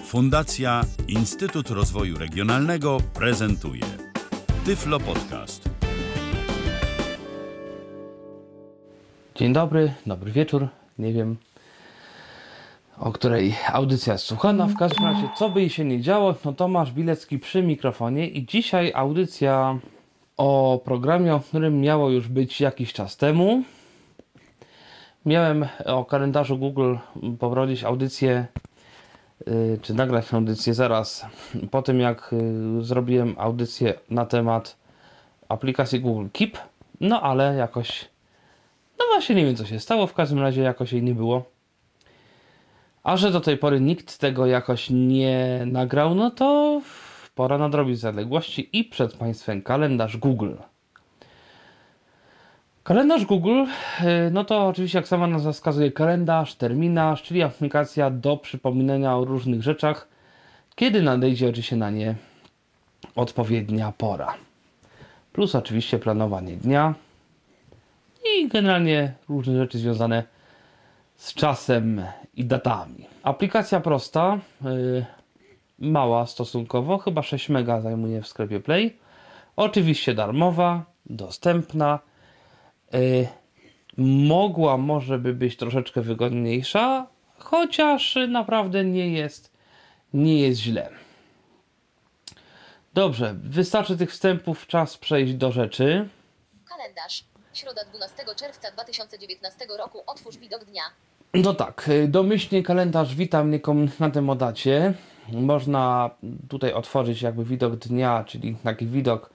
Fundacja Instytut Rozwoju Regionalnego prezentuje Tyflo Podcast. Dzień dobry, dobry wieczór. Nie wiem, o której audycja jest słuchana. W każdym razie, co by jej się nie działo, no Tomasz Bilecki przy mikrofonie i dzisiaj audycja o programie, o którym miało już być jakiś czas temu. Miałem o kalendarzu Google poprowadzić audycję, czy nagrać audycję zaraz po tym, jak zrobiłem audycję na temat aplikacji Google Keep, no ale jakoś, no właśnie nie wiem, co się stało, w każdym razie jakoś jej nie było. A że do tej pory nikt tego jakoś nie nagrał, no to pora nadrobić zaległości i przed Państwem kalendarz Google. Kalendarz Google, no to oczywiście jak sama nazwa wskazuje, kalendarz, terminarz, czyli aplikacja do przypominania o różnych rzeczach, kiedy nadejdzie oczywiście na nie odpowiednia pora. Plus oczywiście planowanie dnia i generalnie różne rzeczy związane z czasem i datami. Aplikacja prosta, mała stosunkowo, chyba 6 MB zajmuje w sklepie Play. Oczywiście darmowa, dostępna. Mogła może by być troszeczkę wygodniejsza, chociaż naprawdę nie jest źle. Dobrze, wystarczy tych wstępów, czas przejść do rzeczy. Kalendarz. Środa 12 czerwca 2019 roku. Otwórz widok dnia. No tak, domyślnie kalendarz wita mnie komunikatem o dacie. Można tutaj otworzyć jakby widok dnia, czyli taki widok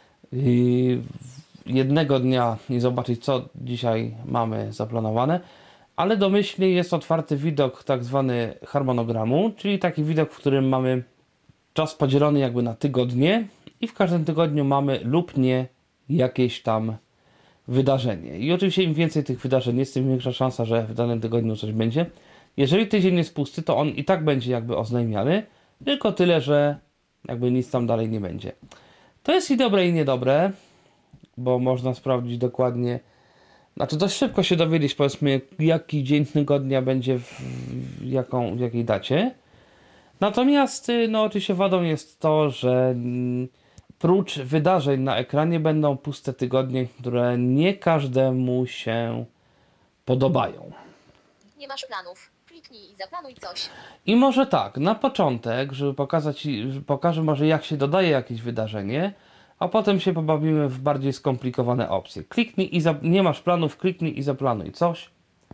jednego dnia i zobaczyć, co dzisiaj mamy zaplanowane, ale domyślnie jest otwarty widok tak zwany harmonogramu, czyli taki widok, w którym mamy czas podzielony jakby na tygodnie i w każdym tygodniu mamy lub nie jakieś tam wydarzenie. I oczywiście im więcej tych wydarzeń jest, tym większa szansa, że w danym tygodniu coś będzie. Jeżeli tydzień jest pusty, to on i tak będzie jakby oznajmiany, tylko tyle, że jakby nic tam dalej nie będzie. To jest i dobre, i niedobre, bo można sprawdzić dokładnie, znaczy dość szybko się dowiedzieć, powiedzmy, jaki dzień tygodnia będzie w jakiej dacie. Natomiast no oczywiście wadą jest to, że prócz wydarzeń na ekranie będą puste tygodnie, które nie każdemu się podobają. Nie masz planów. Kliknij i zaplanuj coś. I może tak, na początek, żeby pokażę może jak się dodaje jakieś wydarzenie, a potem się pobawimy w bardziej skomplikowane opcje. Kliknij i nie masz planów, kliknij i zaplanuj coś.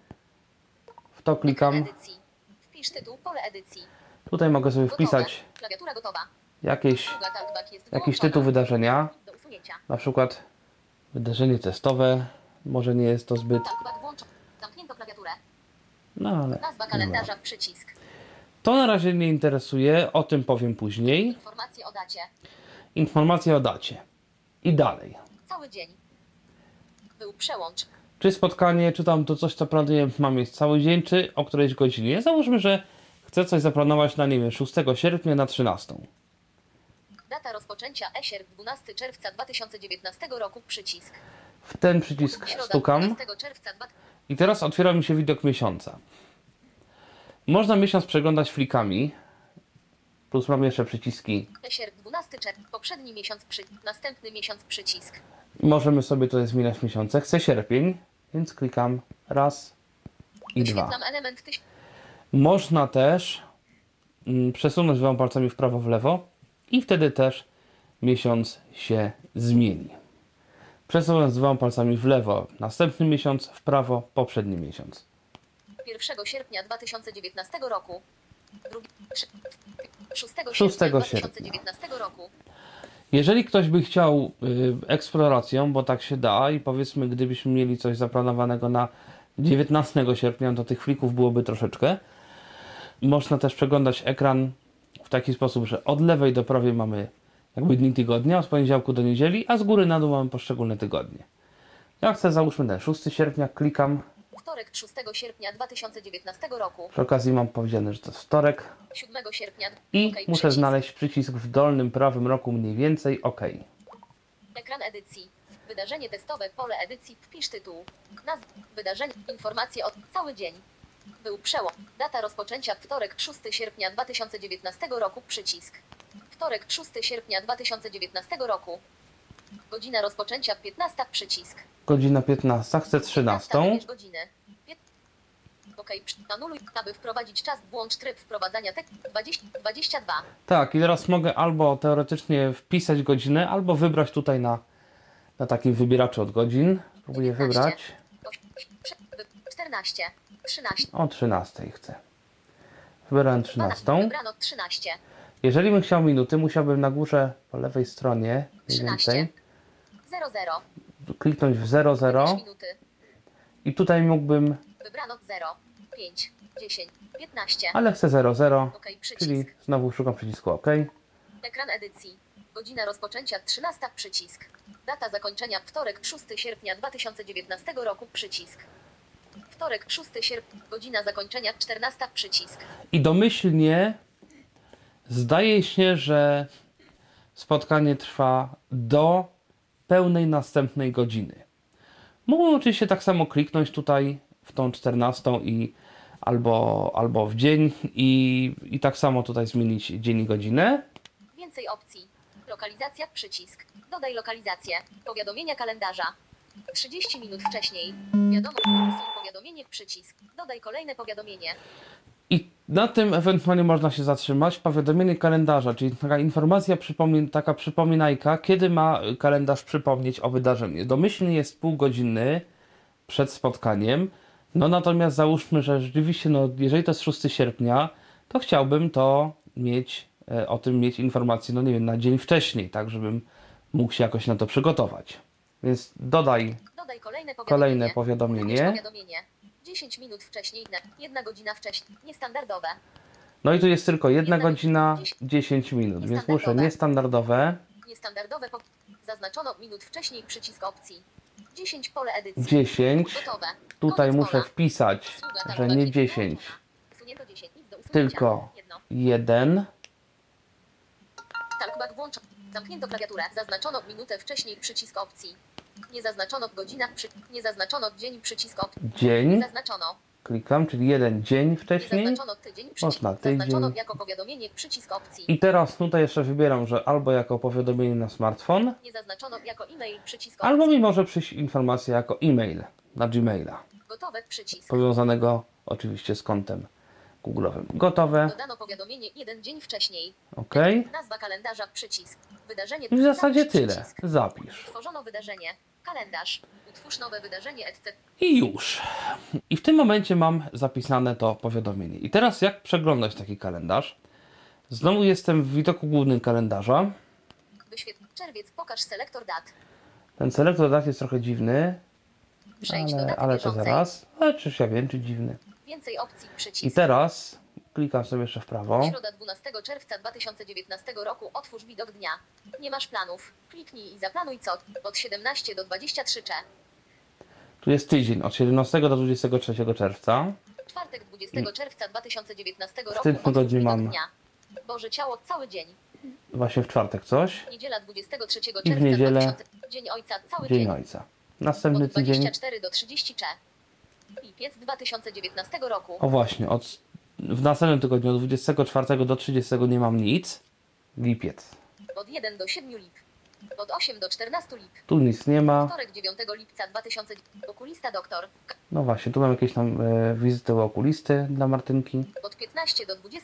W to klikam. Edycji. Wpisz tytuł, pole edycji. Tutaj mogę sobie wpisać Gotowe. Klawiatura gotowa. jakiś tytuł wydarzenia. Do usunięcia. Na przykład wydarzenie testowe. Może nie jest to zbyt... Talkback włączony. Zamknięto klawiaturę. No ale... Nazwa kalendarza, przycisk. To na razie nie interesuje, o tym powiem później. Informacje o dacie. Informacja o dacie. I dalej. Cały dzień. Był przełącz. Czy spotkanie, czy tam to coś, co planuję, ma mieć cały dzień, czy o którejś godzinie. Załóżmy, że chcę coś zaplanować na, nie wiem, 6 sierpnia na 13. Data rozpoczęcia sierp 12 czerwca 2019 roku, przycisk. W ten przycisk Środa stukam 12 czerwca i teraz otwiera mi się widok miesiąca. Można miesiąc przeglądać flikami, plus mam jeszcze przyciski. sierp 12 czerwca. Poprzedni miesiąc, następny miesiąc, przycisk. Możemy sobie tutaj zmieniać miesiące. Chcę sierpień, więc klikam raz i dwa. Wyświetlam element Można też przesunąć dwoma palcami w prawo, w lewo i wtedy też miesiąc się zmieni. Przesuwając dwoma palcami w lewo następny miesiąc, w prawo poprzedni miesiąc. 1 sierpnia 2019 roku. 6 6 sierpnia sierpnia. 2019 roku. Jeżeli ktoś by chciał eksploracją, bo tak się da i powiedzmy gdybyśmy mieli coś zaplanowanego na 19 sierpnia, to tych flików byłoby troszeczkę. Można też przeglądać ekran w taki sposób, że od lewej do prawej mamy jakby dni tygodnia, od poniedziałku do niedzieli, a z góry na dół mamy poszczególne tygodnie. Ja chcę, załóżmy ten 6 sierpnia, klikam. Wtorek 6 sierpnia 2019 roku. Przy okazji mam powiedziane, że to jest wtorek. 7 sierpnia. I OK, muszę przycisk. znaleźć przycisk w dolnym prawym rogu mniej więcej OK. Ekran edycji. Wydarzenie testowe, pole edycji, wpisz tytuł. Wydarzenie, informacje o cały dzień. Był przełom. Data rozpoczęcia wtorek 6 sierpnia 2019 roku. Przycisk. Wtorek 6 sierpnia 2019 roku. Godzina rozpoczęcia 15. Przycisk. Godzina 15, chcę 13. Wybierz godzinę. OK. Anuluj. Aby wprowadzić czas, włącz tryb wprowadzania tekstu. 22. Tak, i teraz mogę albo teoretycznie wpisać godzinę, albo wybrać tutaj na takim wybieraczu od godzin. Spróbuję 19. wybrać. 14. 13. O 13 chcę. Wybrałem 13. Wybrano 13. Jeżeli bym chciał minuty, musiałbym na górze po lewej stronie mniej 13. więcej 00. kliknąć w 00 Minuty. i tutaj mógłbym, Wybrano 0. 5. 10. 15. ale chcę 00, OK. Przycisk. czyli znowu szukam przycisku OK. Ekran edycji. Godzina rozpoczęcia 13. Przycisk. Data zakończenia wtorek 6 sierpnia 2019 roku. Przycisk. Wtorek 6 sierpnia. Godzina zakończenia 14. Przycisk. I domyślnie zdaje się, że spotkanie trwa do pełnej następnej godziny. Mógłbym oczywiście tak samo kliknąć tutaj w tą 14 i albo w dzień i tak samo tutaj zmienić dzień i godzinę. Więcej opcji. Lokalizacja. Przycisk. Dodaj lokalizację. Powiadomienia kalendarza. 30 minut wcześniej. Wiadomo. Usuń powiadomienie. Przycisk. Dodaj kolejne powiadomienie. I na tym ewentualnie można się zatrzymać. Powiadomienie kalendarza, czyli taka informacja, taka przypominajka, kiedy ma kalendarz przypomnieć o wydarzeniu. Domyślnie jest pół godziny przed spotkaniem. No natomiast załóżmy, że rzeczywiście, no jeżeli to jest 6 sierpnia, to chciałbym to mieć, o tym mieć informację, no nie wiem, na dzień wcześniej, tak, żebym mógł się jakoś na to przygotować. Więc dodaj kolejne powiadomienie. 10 minut wcześniej. 1 godzina wcześniej. Niestandardowe. No i tu jest tylko 1 godzina 10 minut, więc muszę niestandardowe. Niestandardowe. Zaznaczono minut wcześniej. Przycisk opcji. 10 pole edycji. 10. Gotowe. Tutaj Koniec muszę pola. wpisać, Usługa że nie 10, Usunięto 10. Nic do usunięcia. tylko Jedno. 1. Talkback włączono. Zamknięto klawiaturę. Zaznaczono minutę wcześniej. Przycisk opcji. Nie zaznaczono godzina. Nie zaznaczono dzień. Przycisk opcji. Nie Dzień. zaznaczono. Klikam, czyli jeden dzień Nie wcześniej. zaznaczono tydzień. Przycisk. Można tydzień. Zaznaczono jako powiadomienie. Przycisk opcji. I teraz tutaj jeszcze wybieram, że albo jako powiadomienie na smartfon, Nie zaznaczono jako e-mail. Przycisk opcji. albo mi może przyjść informacja jako e-mail na Gmaila, Gotowe. Przycisk. powiązanego oczywiście z kontem Google'owym. Gotowe. Dodano powiadomienie 1 dzień wcześniej. OK. Nazwa kalendarza. Przycisk. Wydarzenie. I w zasadzie Zapisz tyle. przycisk. Zapisz. Tworzono wydarzenie. Kalendarz. Utwórz nowe wydarzenie, etc. I już. I w tym momencie mam zapisane to powiadomienie. I teraz jak przeglądać taki kalendarz? Znowu jestem w widoku głównym kalendarza. Wyświetl. Czerwiec. Pokaż selektor dat. Ten selektor dat jest trochę dziwny, Przejdź do daty ale to bieżącej. zaraz. Ale czyż ja wiem, czy dziwny. Więcej opcji. I Przycisk. teraz klikam sobie jeszcze w prawo. Środa 12 czerwca 2019 roku. Otwórz widok dnia. Nie masz planów. Kliknij i zaplanuj co? Od 17 do 23 cze. Tu jest tydzień, od 17 do 23 czerwca. Czwartek 20 czerwca 2019 roku. tym Otwórz tygodniu widok mam- dnia. Boże ciało cały dzień. Właśnie w czwartek coś. Niedziela 23 czerwca I w niedzielę 2000. Dzień Ojca cały Dzień dzień. Ojca. Następny Od tydzień. 24 do 30 cze. Lipiec 2019 roku. O właśnie, w następnym tygodniu od 24 do 30 nie mam nic. Lipiec. Od 1 do 7 lip. Od 8 do 14 lip. Tu nic nie ma. Wtorek 9 lipca 2000. Okulista doktor. No właśnie, tu mam jakieś tam wizyty u okulisty dla Martynki. Od 15 do 20.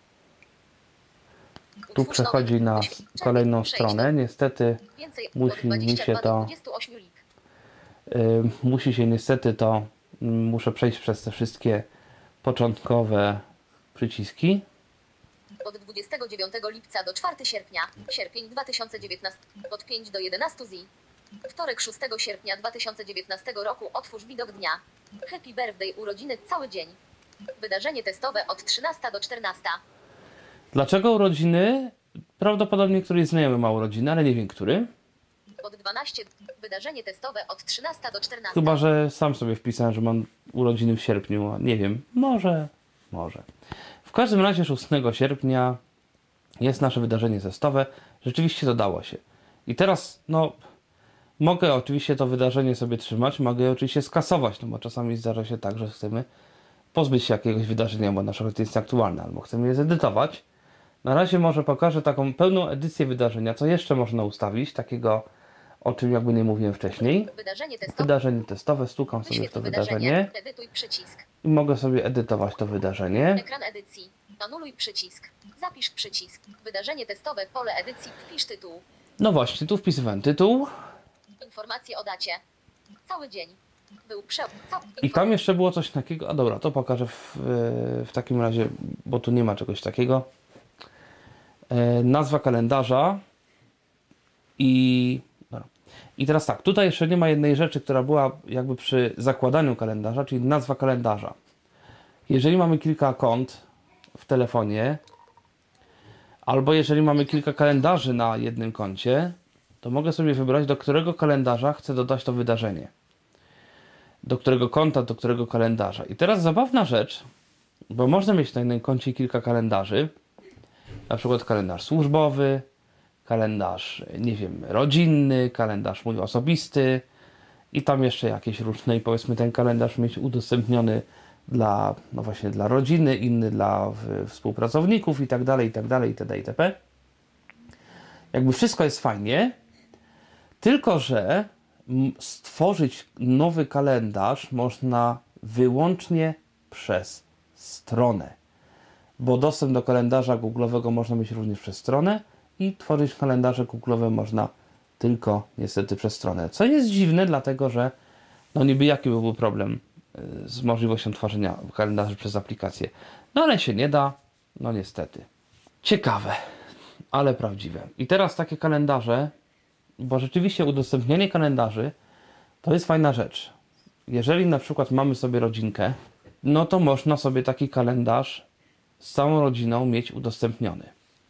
Tu Utwórz przechodzi nowy- na Wyświetl- kolejną Przejdź stronę. Niestety do- Więcej. musi od mi 22 się to- do 28 lip. musi się niestety to, muszę przejść przez te wszystkie początkowe przyciski. Od 29 lipca do 4 sierpnia. Sierpień 2019. Od 5 do 11 zi. Wtorek 6 sierpnia 2019 roku. Otwórz widok dnia. Happy birthday urodziny cały dzień. Wydarzenie testowe od 13 do 14. Dlaczego urodziny? Prawdopodobnie któryś znajomy ma urodziny, ale nie wiem który. Od 12. Wydarzenie testowe od 13 do 14. Chyba że sam sobie wpisałem, że mam urodziny w sierpniu. A nie wiem, może. W każdym razie 6 sierpnia jest nasze wydarzenie testowe. Rzeczywiście dodało się. I teraz, no, mogę oczywiście to wydarzenie sobie trzymać, mogę je oczywiście skasować, no bo czasami zdarza się tak, że chcemy pozbyć się jakiegoś wydarzenia, bo na przykład jest aktualne, albo chcemy je zedytować. Na razie może pokażę taką pełną edycję wydarzenia, co jeszcze można ustawić, takiego, o czym jakby nie mówiłem wcześniej. Wydarzenie testowe, stukam sobie w to wydarzenie Edytuj przycisk. i mogę sobie edytować to wydarzenie. Ekran edycji. Anuluj przycisk. Zapisz przycisk. Wydarzenie testowe, pole edycji, wpisz tytuł. No właśnie, tu wpisywałem tytuł Informacje o dacie. Cały dzień. Był i tam jeszcze było coś takiego, a dobra, to pokażę w takim razie, bo tu nie ma czegoś takiego. Nazwa kalendarza i teraz tak, tutaj jeszcze nie ma jednej rzeczy, która była jakby przy zakładaniu kalendarza, czyli nazwa kalendarza. Jeżeli mamy kilka kont w telefonie, albo jeżeli mamy kilka kalendarzy na jednym koncie, to mogę sobie wybrać, do którego kalendarza chcę dodać to wydarzenie. Do którego konta, do którego kalendarza. I teraz zabawna rzecz, bo można mieć na jednym koncie kilka kalendarzy, na przykład kalendarz służbowy, kalendarz, nie wiem, rodzinny, kalendarz mój osobisty i tam jeszcze jakieś różne i powiedzmy ten kalendarz mieć udostępniony dla, no właśnie dla rodziny, inny dla współpracowników i tak dalej, itd. itp. Jakby wszystko jest fajnie, tylko że stworzyć nowy kalendarz można wyłącznie przez stronę, bo dostęp do kalendarza Google'owego można mieć również przez stronę i tworzyć kalendarze Google'owe można tylko niestety przez stronę. Co jest dziwne, dlatego że no niby jaki byłby problem z możliwością tworzenia kalendarzy przez aplikację. No ale się nie da, no niestety. Ciekawe, ale prawdziwe. I teraz takie kalendarze, bo rzeczywiście udostępnienie kalendarzy to jest fajna rzecz. Jeżeli na przykład mamy sobie rodzinkę, no to można sobie taki kalendarz z całą rodziną mieć udostępniony.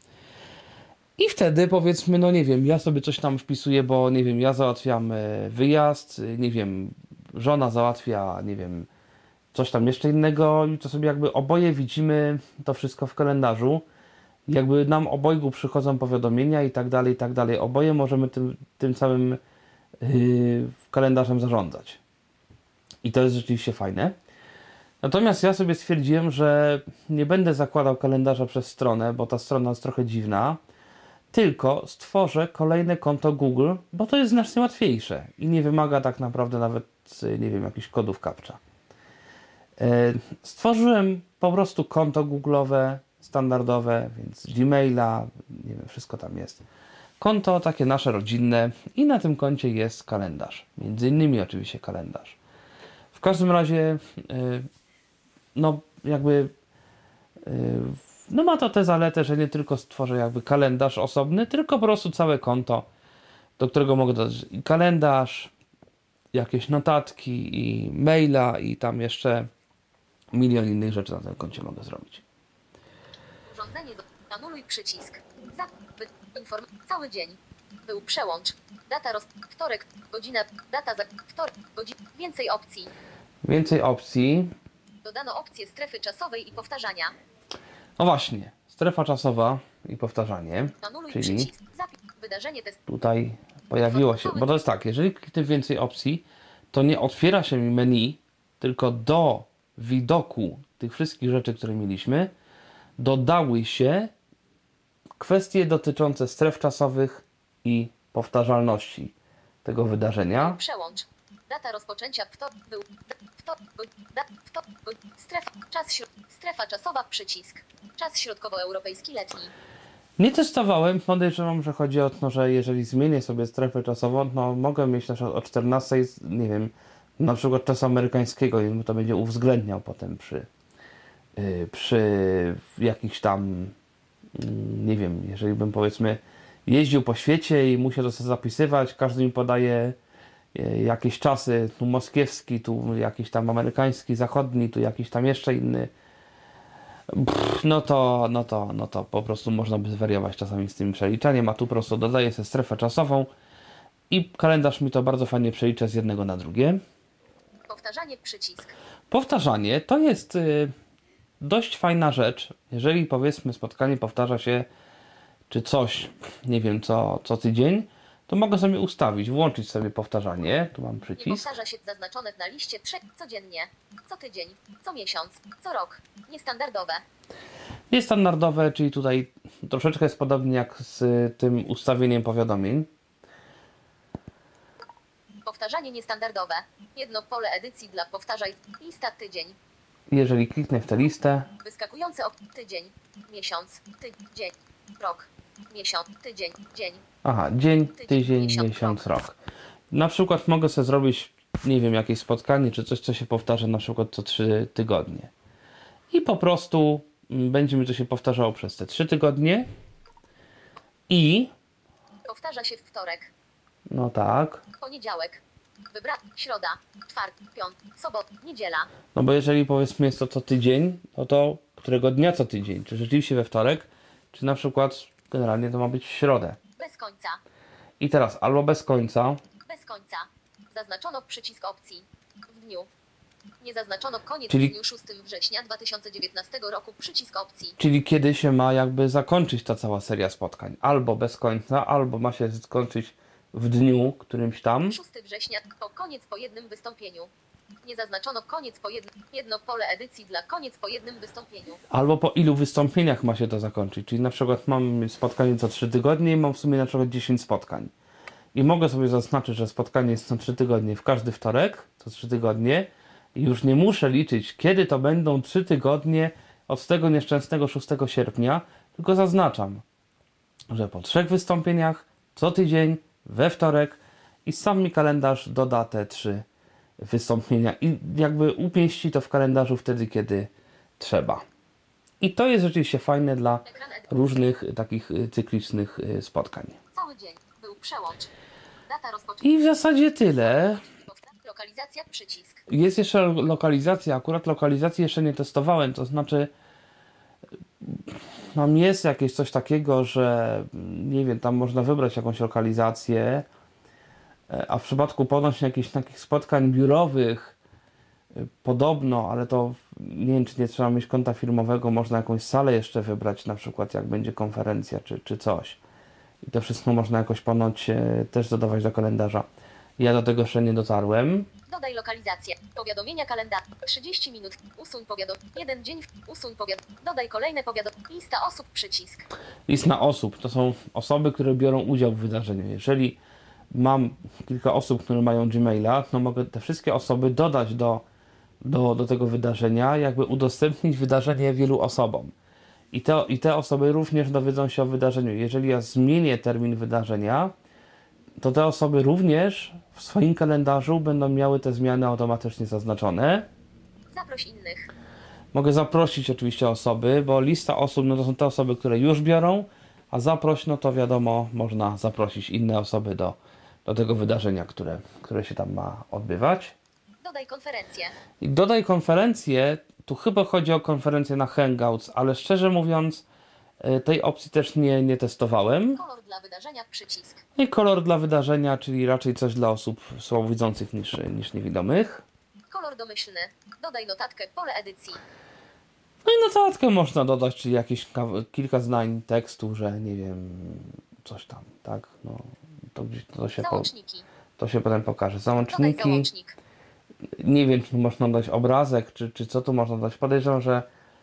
I wtedy powiedzmy, no nie wiem, ja sobie coś tam wpisuję, bo nie wiem, ja załatwiam wyjazd, nie wiem, żona załatwia, nie wiem, coś tam jeszcze innego i to sobie jakby oboje widzimy to wszystko w kalendarzu. Jakby nam obojgu przychodzą powiadomienia i tak dalej, i tak dalej. Oboje możemy tym całym kalendarzem zarządzać. I to jest rzeczywiście fajne. Natomiast ja sobie stwierdziłem, że nie będę zakładał kalendarza przez stronę, bo ta strona jest trochę dziwna, tylko stworzę kolejne konto Google, bo to jest znacznie łatwiejsze i nie wymaga tak naprawdę nawet, nie wiem, jakichś kodów CAPTCHA. Stworzyłem po prostu konto Google'owe, standardowe, więc Gmaila, nie wiem, wszystko tam jest. Konto takie nasze rodzinne i na tym koncie jest kalendarz. Między innymi oczywiście kalendarz. W każdym razie, no jakby, no ma to tę zaletę, że nie tylko stworzę jakby kalendarz osobny, tylko po prostu całe konto, do którego mogę dodać i kalendarz, jakieś notatki i maila i tam jeszcze milion innych rzeczy na tym koncie mogę zrobić. Urządzenie. Anuluj przycisk. Cały dzień. Był przełącz. Data wtorek. Godzina. Data wtorek. Godzina. Więcej opcji. Więcej opcji. Dodano opcję strefy czasowej i powtarzania. No właśnie. Strefa czasowa i powtarzanie. Anuluj Czyli przycisk. Wydarzenie test. tutaj pojawiło się, bo to jest tak, jeżeli kliknę więcej opcji, to nie otwiera się mi menu, tylko do widoku tych wszystkich rzeczy, które mieliśmy, dodały się kwestie dotyczące stref czasowych i powtarzalności tego wydarzenia. Przełącz. Data rozpoczęcia. Strefa czasowa. Przycisk. Czas środkowoeuropejski letni. Nie testowałem, podejrzewam, że chodzi o to, że jeżeli zmienię sobie strefę czasową, no mogę mieć na przykład o 14, nie wiem, na przykład czasu amerykańskiego i to będzie uwzględniał potem przy jakichś tam, nie wiem, jeżeli bym powiedzmy jeździł po świecie i musiał to sobie zapisywać, każdy mi podaje jakieś czasy, tu moskiewski, tu jakiś tam amerykański, zachodni, tu jakiś tam jeszcze inny. No to po prostu można by zwariować czasami z tym przeliczaniem, a tu po prostu dodaję sobie strefę czasową i kalendarz mi to bardzo fajnie przelicza z jednego na drugie. Powtarzanie przycisk. Powtarzanie to jest dość fajna rzecz. Jeżeli powiedzmy spotkanie powtarza się czy coś, nie wiem co tydzień, to mogę sobie ustawić, włączyć sobie powtarzanie. Tu mam Nie przycisk. powtarza się zaznaczone na liście codziennie, co tydzień, co miesiąc, co rok. Niestandardowe. Niestandardowe, czyli tutaj troszeczkę jest podobnie jak z tym ustawieniem powiadomień. Powtarzanie niestandardowe. Jedno pole edycji dla powtarzaj. Lista tydzień. Jeżeli kliknę w tę listę, Wyskakujący tydzień, miesiąc, tydzień, rok, miesiąc, tydzień, dzień. aha, dzień, tydzień, miesiąc, rok. Na przykład mogę sobie zrobić, nie wiem, jakieś spotkanie, czy coś, co się powtarza na przykład co 3 tygodnie. I po prostu będzie mi to się powtarzało przez te 3 tygodnie. I, Powtarza się w wtorek, no tak, poniedziałek, środa, czwartek, piątek, sobota, niedziela. no bo jeżeli powiedzmy jest to co tydzień, no to którego dnia co tydzień? Czy rzeczywiście we wtorek, czy na przykład generalnie to ma być w środę. Bez końca, I teraz albo bez końca, bez końca. Zaznaczono przycisk opcji. W dniu. Nie zaznaczono koniec Czyli- w dniu 6 września 2019 roku przycisk opcji. czyli kiedy się ma jakby zakończyć ta cała seria spotkań. Albo bez końca, albo ma się skończyć w dniu którymś tam. 6 września to koniec po jednym wystąpieniu. Nie zaznaczono koniec po jedno pole edycji dla koniec po jednym wystąpieniu. Albo po ilu wystąpieniach ma się to zakończyć. Czyli na przykład mam spotkanie co 3 tygodnie i mam w sumie na przykład 10 spotkań. I mogę sobie zaznaczyć, że spotkanie jest co 3 tygodnie w każdy wtorek, co 3 tygodnie. I już nie muszę liczyć, kiedy to będą 3 tygodnie od tego nieszczęsnego 6 sierpnia, tylko zaznaczam, że po 3 wystąpieniach co tydzień, we wtorek i sam mi kalendarz doda te 3 wystąpienia i jakby umieści to w kalendarzu wtedy, kiedy trzeba. I to jest rzeczywiście fajne dla Ekran edycji. różnych takich cyklicznych spotkań. Cały dzień. Był przełącz. Data rozpoczęcia. I w zasadzie tyle. Lokalizacja przycisk. Jest jeszcze lokalizacja, akurat lokalizacji jeszcze nie testowałem, to znaczy tam jest jakieś coś takiego, że nie wiem, tam można wybrać jakąś lokalizację, a w przypadku ponoć jakichś takich spotkań biurowych podobno, ale to nie wiem, czy nie trzeba mieć konta firmowego, można jakąś salę jeszcze wybrać, na przykład jak będzie konferencja czy coś. I to wszystko można jakoś ponoć też dodawać do kalendarza. Ja do tego jeszcze nie dotarłem. Dodaj lokalizację. Powiadomienia kalendarz. 30 minut. Usuń powiadomienie. 1 dzień. Usuń powiadomienie. Dodaj kolejne powiadomienie. Lista osób przycisk. List na osób. To są osoby, które biorą udział w wydarzeniu. Jeżeli mam kilka osób, które mają Gmaila, to mogę te wszystkie osoby dodać do tego wydarzenia, jakby udostępnić wydarzenie wielu osobom. I te osoby również dowiedzą się o wydarzeniu. Jeżeli ja zmienię termin wydarzenia, to te osoby również w swoim kalendarzu będą miały te zmiany automatycznie zaznaczone. Zaproś innych. Mogę zaprosić oczywiście osoby, bo lista osób no to są te osoby, które już biorą, a zaproś, no to wiadomo, można zaprosić inne osoby do tego wydarzenia, które się tam ma odbywać. Dodaj konferencję. I dodaj konferencję, tu chyba chodzi o konferencję na Hangouts, ale szczerze mówiąc tej opcji też nie testowałem. Kolor dla wydarzenia przycisk. I kolor dla wydarzenia, czyli raczej coś dla osób słabowidzących niż niewidomych. Kolor domyślny. Dodaj notatkę pole edycji. No i notatkę można dodać, czyli jakieś kilka zdań tekstu, że nie wiem, coś tam, tak? No, to gdzieś Załączniki. to się potem pokaże. Dodaj Załączniki, załącznik. nie wiem, czy można dać obrazek, czy co tu można dać. Podejrzewam, że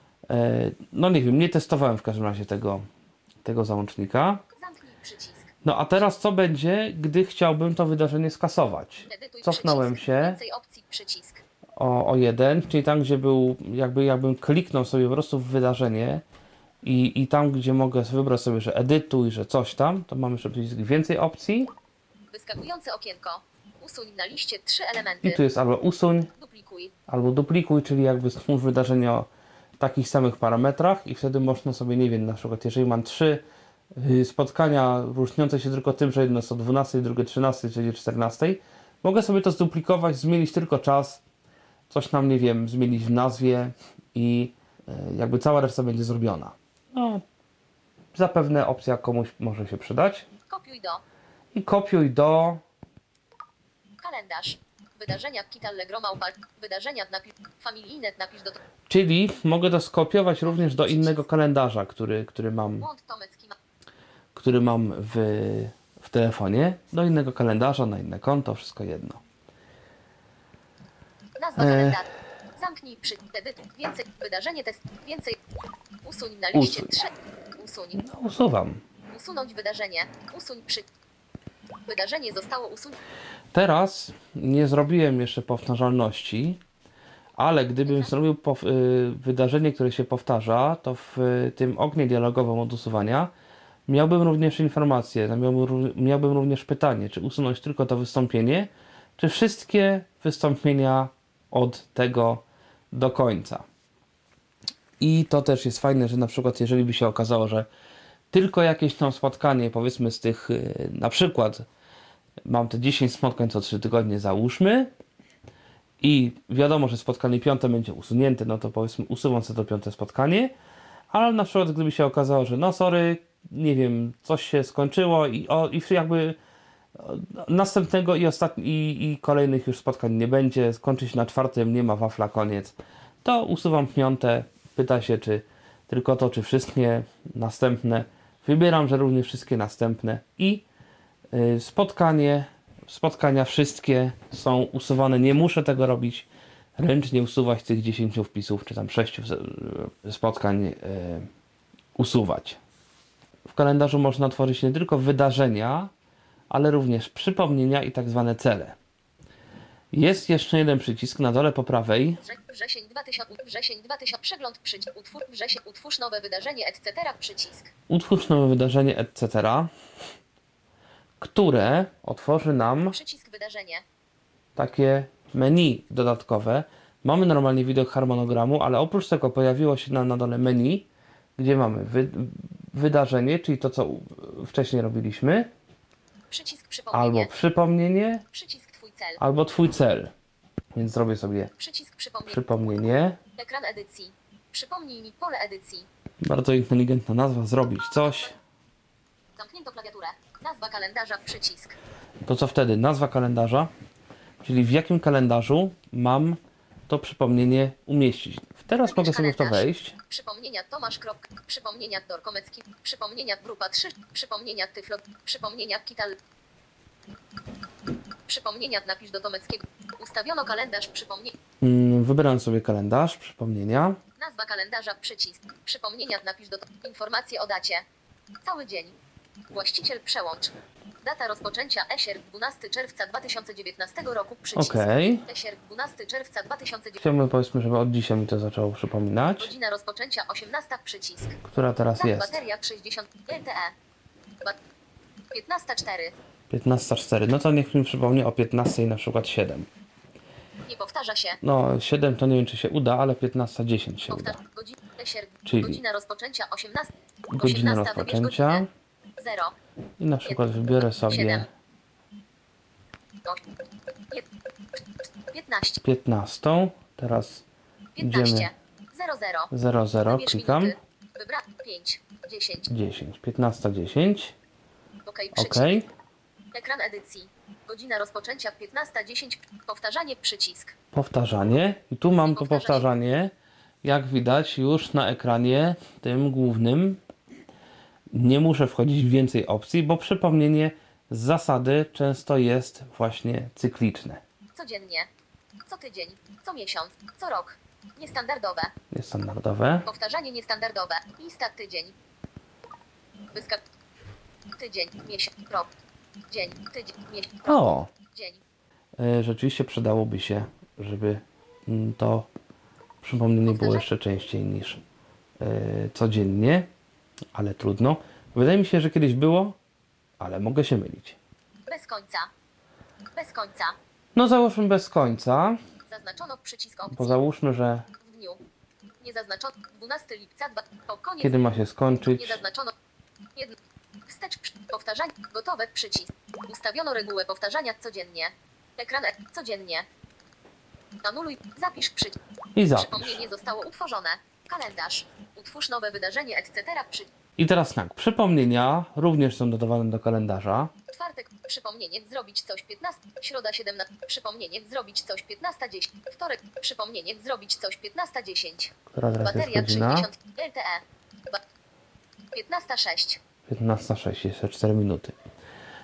no nie wiem, nie testowałem w każdym razie tego załącznika. Zamknij przycisk. No a teraz co będzie, gdy chciałbym to wydarzenie skasować? Edytuj Cofnąłem przycisk. się Więcej opcji przycisk. o jeden, czyli tam, gdzie był, jakbym kliknął sobie po prostu w wydarzenie i tam, gdzie mogę wybrać sobie, że edytuj, że coś tam, to mamy jeszcze przycisk więcej opcji Wyskakujące okienko. Usuń na liście 3 i elementy. tu jest albo usuń, Duplikuj. albo duplikuj, czyli jakby stwórz wydarzenie o takich samych parametrach i wtedy można sobie, nie wiem, na przykład jeżeli mam 3 spotkania różniące się tylko tym, że jedno jest o 12, drugie 13, czyli 14, mogę sobie to zduplikować, zmienić tylko czas, coś tam, nie wiem, zmienić w nazwie i jakby cała reszta będzie zrobiona. No, zapewne opcja komuś może się przydać. Kopiuj do. I kopiuj do... Kalendarz. Wydarzenia Kit Allegro Małpa. Wydarzenia napisz. Familijnet napisz do. Czyli mogę to skopiować również do innego kalendarza, który mam Błąd Tomecki. który mam w telefonie do innego kalendarza, na inne konto, wszystko jedno. Nazwa kalendarza. Zamknij edyt. Więcej. Wydarzenie test. Więcej. Usuń na liście Usuń. 3. Usuń. No, usuwam. Usunąć wydarzenie. Usuń Wydarzenie zostało usunięte. Teraz nie zrobiłem jeszcze powtarzalności, ale gdybym zrobił wydarzenie, które się powtarza, to w tym oknie dialogowym od usuwania miałbym również informację, miałbym również pytanie, czy usunąć tylko to wystąpienie, czy wszystkie wystąpienia od tego do końca. I to też jest fajne, że na przykład jeżeli by się okazało, że tylko jakieś tam spotkanie, powiedzmy z tych, na przykład mam te 10 spotkań co 3 tygodnie, załóżmy, i wiadomo, że spotkanie 5 będzie usunięte, no to powiedzmy usuwam sobie to 5 spotkanie, ale na przykład gdyby się okazało, że no sorry, nie wiem, coś się skończyło i jakby następnego i kolejnych już spotkań nie będzie, skończy się na 4, nie ma wafla, koniec, to usuwam 5, pyta się, czy tylko to, czy wszystkie następne. Wybieram, że również wszystkie następne i spotkania wszystkie są usuwane. Nie muszę tego robić ręcznie, usuwać tych 10 wpisów, czy tam 6 spotkań usuwać. W kalendarzu można tworzyć nie tylko wydarzenia, ale również przypomnienia i tak zwane cele. Jest jeszcze jeden przycisk na dole po prawej. Wrzesień 2000, przegląd przycisk, utwórz nowe wydarzenie, etc. przycisk. Utwórz nowe wydarzenie, etc., które otworzy nam Przycisk wydarzenie. takie menu dodatkowe. Mamy normalnie widok harmonogramu, ale oprócz tego pojawiło się nam na dole menu, gdzie mamy wydarzenie, czyli to, co wcześniej robiliśmy, Przycisk przypomnienie. albo przypomnienie, Przycisk twój cel. albo twój cel. Więc zrobię sobie Przycisk przypomnienie. przypomnienie. Ekran edycji. Przypomnij mi pole edycji. Bardzo inteligentna nazwa, zrobić coś. Zamknięto klawiaturę. Nazwa kalendarza, przycisk. To co wtedy? Nazwa kalendarza, czyli w jakim kalendarzu mam to przypomnienie umieścić. Teraz Wybierz mogę sobie w to kalendarz. wejść. Przypomnienia Tomasz. Przypomnienia Dorkomecki. Przypomnienia Grupa 3. Przypomnienia Tyflo. Przypomnienia Kital. Przypomnienia napisz do Tomeckiego. Ustawiono kalendarz przypomnień. Wybieram sobie kalendarz, przypomnienia. Nazwa kalendarza, przycisk. Przypomnienia napisz do informacje o dacie. Cały dzień. Właściciel przełącz. Data rozpoczęcia Esierk 12 czerwca 2019 roku, przycisk. Okej. Esierk 12 czerwca 2019. Chciałbym, powiedzmy, żeby od dzisiaj mi to zaczęło przypominać. Godzina rozpoczęcia 18, przycisk. Która teraz Zap jest? bateria 60 LTE. 15:04. 15:04. No to niech mi przypomni o 15 na przykład 7. Nie powtarza się. No 7 to nie wiem, czy się uda, ale 15:10 się uda. Godzina Esierk. Czyli Godzina rozpoczęcia 18. Godzina 18, rozpoczęcia. wybierz godzinę. 0. I na przykład wybiorę sobie 7. 15. 15. Teraz 15. idziemy 00. 00, Wybierz klikam. minuty. Wybra 5. 10. 10. 15:10. OK. Przycisk. OK. Ekran edycji. Godzina rozpoczęcia 15:10. Powtarzanie przycisk. Powtarzanie. I tu mam to powtarzanie. Jak widać już na ekranie tym głównym. Nie muszę wchodzić w więcej opcji, bo przypomnienie z zasady często jest właśnie cykliczne. Codziennie. Co tydzień. Co miesiąc. Co rok. Niestandardowe. Niestandardowe. Powtarzanie niestandardowe. Lista tydzień. Wyskak. Tydzień. Miesiąc. Rok. Dzień. Tydzień. Miesiąc. O! Dzień. Rzeczywiście przydałoby się, żeby to przypomnienie było jeszcze częściej niż codziennie, ale trudno. Wydaje mi się, że kiedyś było, ale mogę się mylić. Bez końca. Bez końca. No załóżmy bez końca, Zaznaczono przycisk opcji. bo załóżmy, że W dniu. Nie zaznaczono 12 lipca 2. Po koniec. kiedy ma się Nie skończyć. zaznaczono. Wstecz. Powtarzanie. Gotowe. Przycisk. Ustawiono regułę powtarzania codziennie. Ekran codziennie. Anuluj. Zapisz przycisk. I zapisz. Przypomnienie zostało utworzone. Kalendarz. Utwórz nowe wydarzenie, etc. I teraz tak, przypomnienia również są dodawane do kalendarza. Czwartek. Przypomnienie. Zrobić coś 15. Środa 17. Przypomnienie. Zrobić coś 15:10. Wtorek. Przypomnienie. Zrobić coś 15:10. Która teraz jest Bateria godzina? 60 LTE. 15:06. 15:06, jeszcze 4 minuty.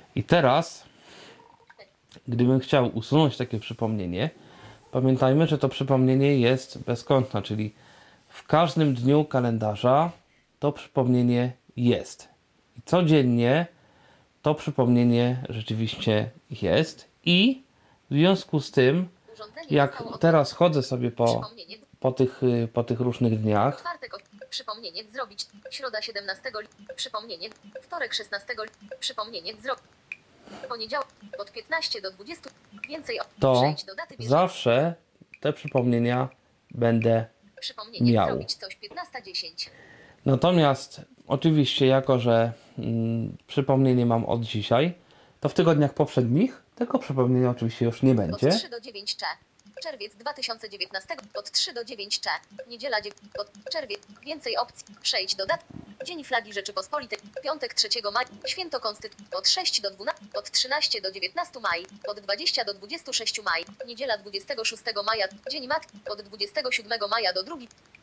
I teraz, gdybym chciał usunąć takie przypomnienie, pamiętajmy, że to przypomnienie jest bezkątne, czyli w każdym dniu kalendarza to przypomnienie jest. I codziennie to przypomnienie rzeczywiście jest. I w związku z tym, jak teraz chodzę sobie po tych różnych dniach, Czwartek, przypomnienie zrobić. Środa 17, przypomnienie. Wtorek 16, przypomnienie zrobić. Poniedziałek od 15 do 20. Więcej to przejdź do daty bieżącej. zawsze te przypomnienia będę Przypomnienie miał. zrobić coś 15:10. Natomiast oczywiście, jako że przypomnienie mam od dzisiaj, to w tygodniach poprzednich tego przypomnienia oczywiście już nie Od będzie. 3 do 9 cze. Czerwiec 2019. Od 3 do 9 cze. Niedziela od czerwiec. Więcej opcji. Przejdź do dat. Dzień Flagi Rzeczypospolitej. Piątek 3 maja. Święto Konstytucji. Od 6 do 12. Od 13 do 19 maja. Od 20 do 26 maja. Niedziela 26 maja. Dzień Matki. Od 27 maja do 2.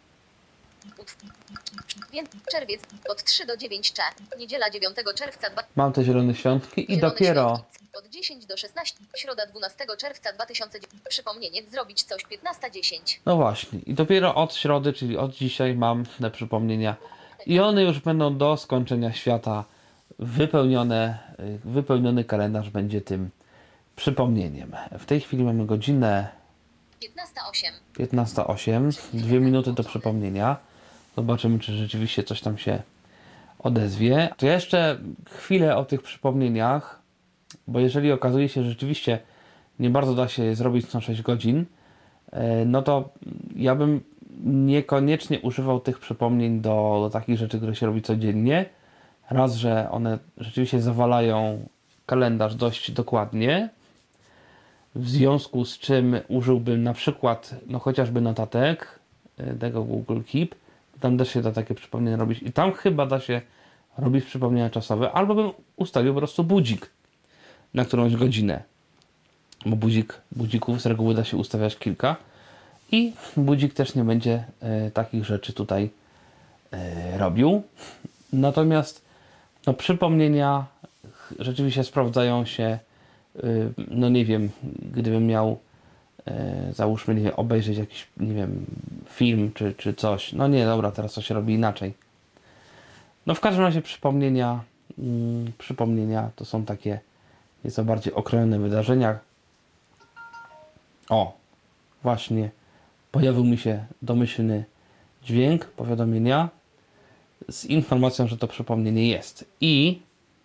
Czerwiec od 3 do 9 cze. Niedziela 9 czerwca 2. Mam te zielone świątki i Zielone dopiero Świątki. Od 10 do 16. Środa 12 czerwca 2009. Przypomnienie zrobić coś 15:10. no właśnie, i dopiero od środy, czyli od dzisiaj mam te przypomnienia i one już będą do skończenia świata wypełniony kalendarz będzie tym przypomnieniem. W tej chwili mamy godzinę 15:08. 15:08, 2 minuty do przypomnienia. Zobaczymy, czy rzeczywiście coś tam się odezwie. To ja jeszcze chwilę o tych przypomnieniach, bo jeżeli okazuje się, że rzeczywiście nie bardzo da się je zrobić na 6 godzin, no to ja bym niekoniecznie używał tych przypomnień do takich rzeczy, które się robi codziennie. Raz, że one rzeczywiście zawalają kalendarz dość dokładnie, w związku z czym użyłbym na przykład, no chociażby notatek tego Google Keep. Tam też się da takie przypomnienia robić i tam chyba da się robić przypomnienia czasowe, albo bym ustawił po prostu budzik na którąś godzinę, bo budzików z reguły da się ustawiać kilka i budzik też nie będzie takich rzeczy tutaj robił. Natomiast no, przypomnienia rzeczywiście sprawdzają się, no nie wiem, gdybym miał załóżmy, nie wiem, obejrzeć jakiś, nie wiem, film czy coś. No nie, dobra, teraz to się robi inaczej. No w każdym razie przypomnienia to są takie nieco bardziej okrojone wydarzenia. O, właśnie pojawił mi się domyślny dźwięk powiadomienia z informacją, że to przypomnienie jest. I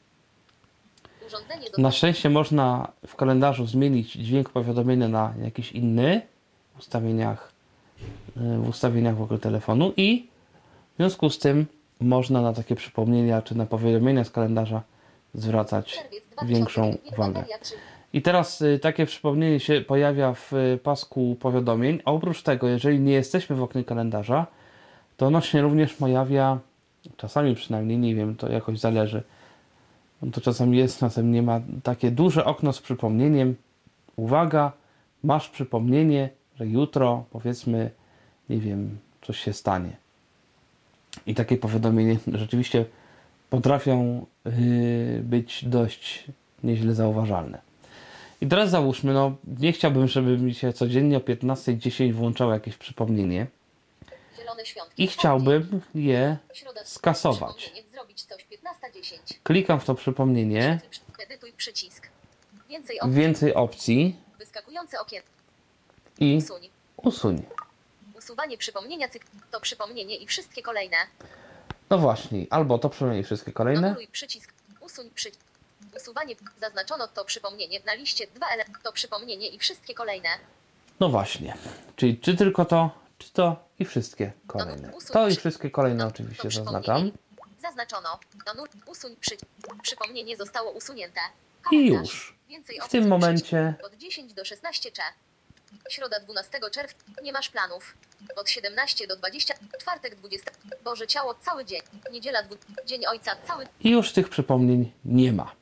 na szczęście można w kalendarzu zmienić dźwięk powiadomienia na jakiś inny w ustawieniach w ogóle telefonu i w związku z tym można na takie przypomnienia czy na powiadomienia z kalendarza zwracać większą uwagę. I teraz takie przypomnienie się pojawia w pasku powiadomień. A oprócz tego, jeżeli nie jesteśmy w oknie kalendarza, to ono się również pojawia, czasami przynajmniej, nie wiem, to jakoś zależy. To czasami jest, czasem nie ma, takie duże okno z przypomnieniem. Uwaga, masz przypomnienie, że jutro, powiedzmy, nie wiem, coś się stanie. I takie powiadomienia rzeczywiście potrafią być dość nieźle zauważalne. I teraz załóżmy, no nie chciałbym, żeby mi się codziennie o 15:10 włączało jakieś przypomnienie i chciałbym je skasować. Klikam w to przypomnienie. Edytuj przycisk. Więcej opcji. Wyskakujące okien. I usuń. Usuwanie przypomnienia to przypomnienie i wszystkie kolejne. No właśnie, albo to przypomnienie i wszystkie kolejne. Anuluj przycisk. Usuń przycisk. Usuwanie. Zaznaczono to przypomnienie na liście 2 to przypomnienie i wszystkie kolejne. No właśnie. Czyli czy tylko to, czy to i wszystkie kolejne. To i wszystkie kolejne oczywiście zaznaczam. Zaznaczono. Usuń przypomnienie zostało usunięte. I już. W tym momencie od 10 do 16 cze. Środa 12 czerwca. Nie masz planów. Od 17 do 20. Czwartek 20. Boże Ciało cały dzień. Niedziela Dzień Ojca cały. I już tych przypomnień nie ma.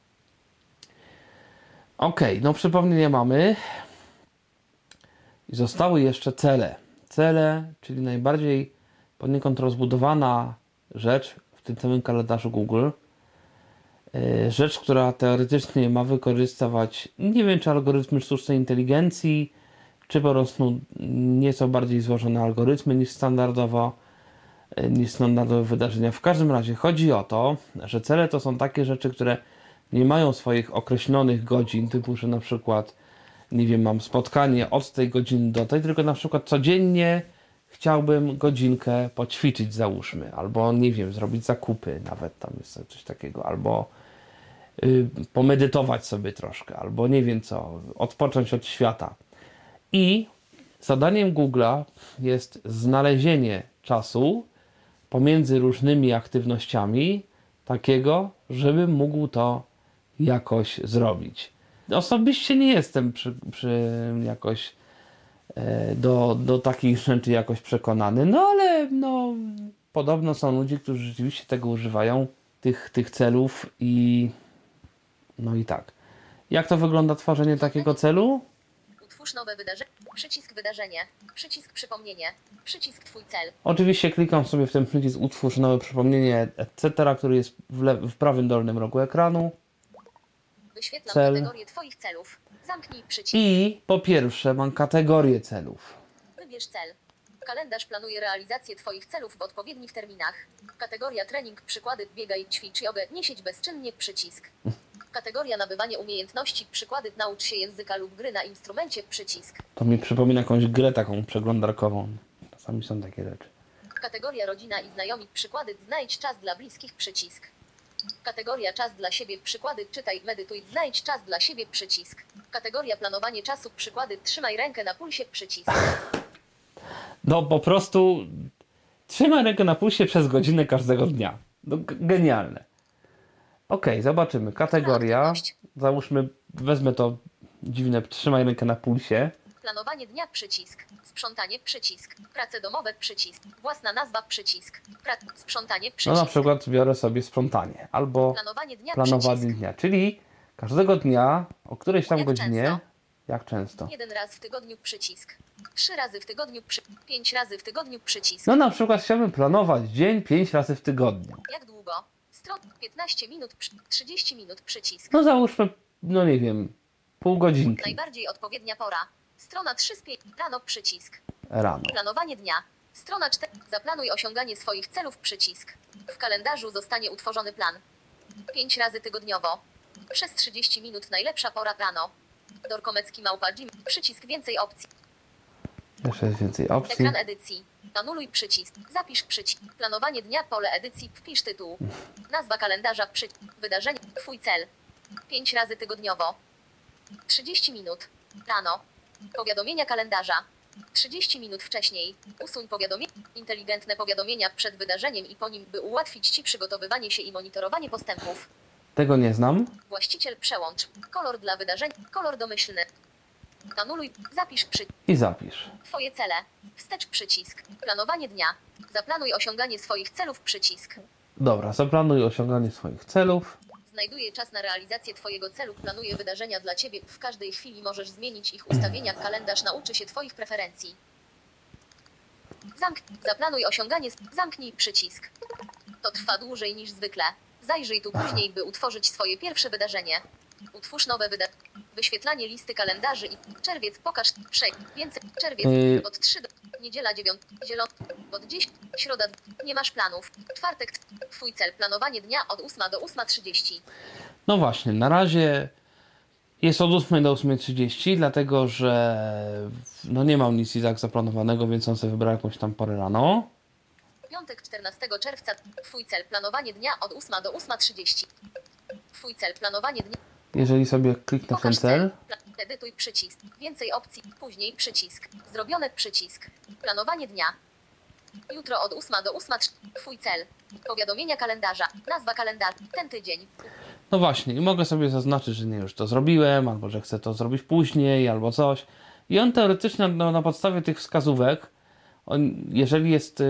Ok, no przypomnienia mamy. I zostały jeszcze cele. Cele, czyli najbardziej poniekąd rozbudowana rzecz w tym całym kalendarzu Google. rzecz, która teoretycznie ma wykorzystywać, nie wiem, czy algorytmy sztucznej inteligencji, czy po prostu nieco bardziej złożone algorytmy niż standardowe wydarzenia. W każdym razie chodzi o to, że cele to są takie rzeczy, które nie mają swoich określonych godzin, typu, że na przykład, nie wiem, mam spotkanie od tej godziny do tej, tylko na przykład codziennie chciałbym godzinkę poćwiczyć, załóżmy, albo, nie wiem, zrobić zakupy, nawet tam jest coś takiego, albo pomedytować sobie troszkę, albo nie wiem co, odpocząć od świata. I zadaniem Google'a jest znalezienie czasu pomiędzy różnymi aktywnościami takiego, żebym mógł to jakoś zrobić. Osobiście nie jestem jakoś do takich rzeczy jakoś przekonany, no ale no, podobno są ludzie, którzy rzeczywiście tego używają, tych celów i no i tak. Jak to wygląda tworzenie takiego celu? Utwórz nowe wydarzenie. Przycisk wydarzenie. Przycisk przypomnienie. Przycisk twój cel. Oczywiście klikam sobie w ten przycisk utwórz nowe przypomnienie, etc., który jest w prawym dolnym rogu ekranu. Wyświetlam Cel. kategorię twoich celów. Zamknij przycisk. I po pierwsze mam kategorię celów. Wybierz cel. Kalendarz planuje realizację twoich celów w odpowiednich terminach. Kategoria trening, przykłady biegaj, ćwicz jogę, nie siedź bezczynnie, przycisk. Kategoria nabywanie umiejętności, przykłady naucz się języka lub gry na instrumencie, przycisk. To mi przypomina jakąś grę taką przeglądarkową. Czasami są takie rzeczy. Kategoria rodzina i znajomi, przykłady znajdź czas dla bliskich, przycisk. Kategoria czas dla siebie, przykłady czytaj, medytuj, znajdź czas dla siebie, przycisk. Kategoria planowanie czasu, przykłady trzymaj rękę na pulsie, przycisk. No po prostu trzymaj rękę na pulsie przez godzinę każdego dnia. No, genialne. Okej, zobaczymy. Kategoria. Aktywność. Załóżmy, wezmę to dziwne, trzymaj rękę na pulsie. Planowanie dnia, przycisk. Sprzątanie, przycisk. Prace domowe, przycisk. Własna nazwa, przycisk. Sprzątanie, No przycisk. na przykład biorę sobie sprzątanie albo Planowanie dnia, planowanie przycisk. dnia, czyli każdego dnia o którejś tam Jak godzinie. często? Jak często? 1 raz w tygodniu, przycisk. 3 razy w tygodniu, 5 razy w tygodniu, przycisk. No na przykład chciałbym planować dzień 5 razy w tygodniu. Jak długo? Stron 15 minut, 30 minut, przycisk. No załóżmy, no nie wiem, pół godzinki Najbardziej odpowiednia pora. Strona 3 z 5. Rano, przycisk. rano. Planowanie dnia. Strona 4. Zaplanuj osiąganie swoich celów, przycisk. W kalendarzu zostanie utworzony plan. 5 razy tygodniowo. Przez 30 minut najlepsza pora rano. Dorkomecki małpa Jim. Przycisk więcej opcji. Jeszcze jest więcej opcji. Ekran edycji. Anuluj przycisk. Zapisz przycisk. Planowanie dnia, pole edycji. Wpisz tytuł. Nazwa kalendarza. Wydarzenie. Twój cel. 5 razy tygodniowo. 30 minut. Rano. Powiadomienia kalendarza. 30 minut wcześniej. Usuń powiadomienia. Inteligentne powiadomienia przed wydarzeniem i po nim, by ułatwić Ci przygotowywanie się i monitorowanie postępów. Tego nie znam. Właściciel przełącz. Kolor dla wydarzeń. Kolor domyślny. Anuluj. Zapisz I zapisz. Twoje cele. Wstecz przycisk. Planowanie dnia. Zaplanuj osiąganie swoich celów, przycisk. Dobra, zaplanuj osiąganie swoich celów. Znajduje czas na realizację Twojego celu. Planuje wydarzenia dla Ciebie. W każdej chwili możesz zmienić ich ustawienia. Kalendarz nauczy się Twoich preferencji. Zaplanuj osiąganie. Zamknij przycisk. To trwa dłużej niż zwykle. Zajrzyj tu później, by utworzyć swoje pierwsze wydarzenie. Utwórz nowe wyświetlanie listy kalendarzy i czerwiec pokaż więcej czerwiec od 3 do niedziela 9 zielony od 10 środa nie masz planów czwartek twój cel planowanie dnia od 8 do 8:30. No właśnie, na razie jest od 8 do 8:30, dlatego że no nie mam nic i tak zaplanowanego, więc on sobie wybrał jakąś tam porę rano. Piątek 14 czerwca twój cel planowanie dnia od 8 do 8:30. Twój cel planowanie dnia. Jeżeli sobie kliknę w ten Pokaż cel, Edytuj przycisk. Więcej opcji. Później przycisk. Zrobione przycisk. Planowanie dnia. Jutro od 8 do 8. Twój cel. Powiadomienia kalendarza. Nazwa kalendarza. Ten tydzień. no właśnie, i mogę sobie zaznaczyć, że nie, już to zrobiłem, albo że chcę to zrobić później, albo coś. I on teoretycznie na podstawie tych wskazówek, jeżeli jest,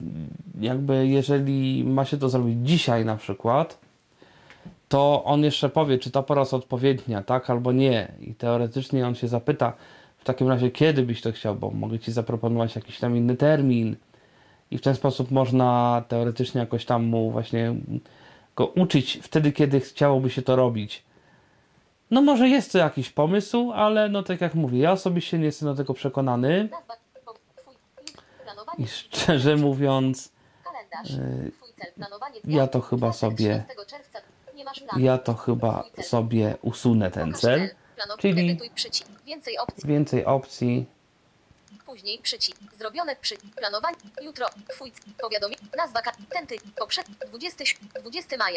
jeżeli ma się to zrobić dzisiaj na przykład, to on jeszcze powie, czy ta pora jest odpowiednia, tak albo nie. I teoretycznie on się zapyta w takim razie, kiedy byś to chciał, bo mogę Ci zaproponować jakiś tam inny termin. I w ten sposób można teoretycznie jakoś tam mu właśnie go uczyć wtedy, kiedy chciałoby się to robić. No może jest to jakiś pomysł, ale no tak jak mówię, ja osobiście nie jestem do tego przekonany Nazwa. Twój. Planowanie. i szczerze mówiąc, Kalendarz. Twój cel. Planowanie dnia. ja to chyba Czwartek, sobie 13 czerwca. Nie masz planu. ja to chyba sobie usunę ten Pokaż cel, czyli Edytuj przycisk. Więcej opcji. więcej opcji. Później przycisk. Zrobione planowanie. Jutro. Twój powiadomienie. Nazwa. Ten tydzień. 20 maja.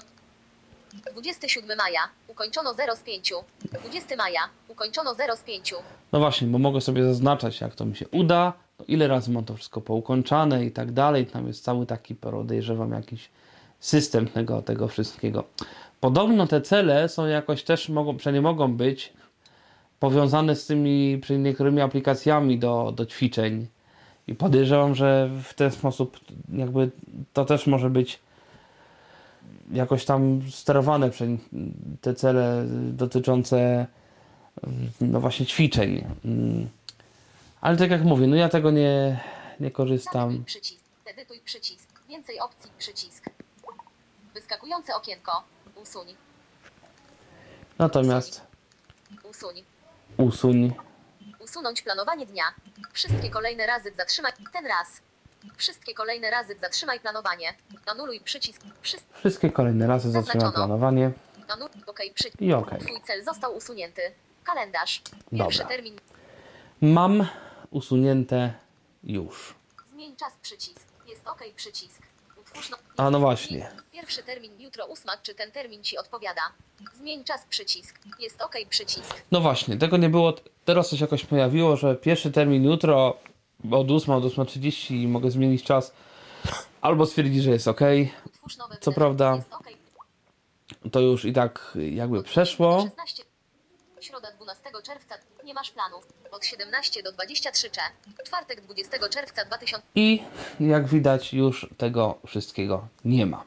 27 maja. Ukończono 0 z 5. 20 maja. Ukończono 0 z 5. No właśnie, bo mogę sobie zaznaczać, jak to mi się uda, no ile razy mam to wszystko poukończane i tak dalej. Tam jest cały taki, podejrzewam, jakiś system tego wszystkiego. Podobno te cele są jakoś też, przynajmniej mogą być powiązane z tymi niektórymi aplikacjami do ćwiczeń. I podejrzewam, że w ten sposób jakby to też może być jakoś tam sterowane przez te cele dotyczące no właśnie ćwiczeń. Ale tak jak mówię, no ja tego nie korzystam. Przycisk. Edytuj przycisk. Więcej opcji przycisk. Wyskakujące okienko. Usuń. Natomiast Usuń. usuń. Usunąć planowanie dnia. Wszystkie kolejne razy zatrzymaj. Ten raz. Wszystkie kolejne razy zatrzymaj planowanie. Anuluj przycisk. Wszystkie kolejne razy zatrzymam Zaznaczono. planowanie OK przycisk. i OK. Twój cel został usunięty. Kalendarz. Pierwszy Dobra. termin. Mam usunięte już. Zmień czas przycisk. Jest OK przycisk. Utwórz A no właśnie. Pierwszy termin jutro 8. Czy ten termin Ci odpowiada? Zmień czas przycisk. Jest OK przycisk. No właśnie, tego nie było. Teraz coś jakoś pojawiło, że pierwszy termin jutro od 8 do 8:30 i mogę zmienić czas. Albo stwierdzić, że jest OK. Utwórz nowe Co wydarzenie. prawda Jest OK. to już i tak jakby przeszło. 16. Środa 12 czerwca. Nie masz planów. Od 17 do 23. Czwartek 20 czerwca 2000. I jak widać już tego wszystkiego nie ma.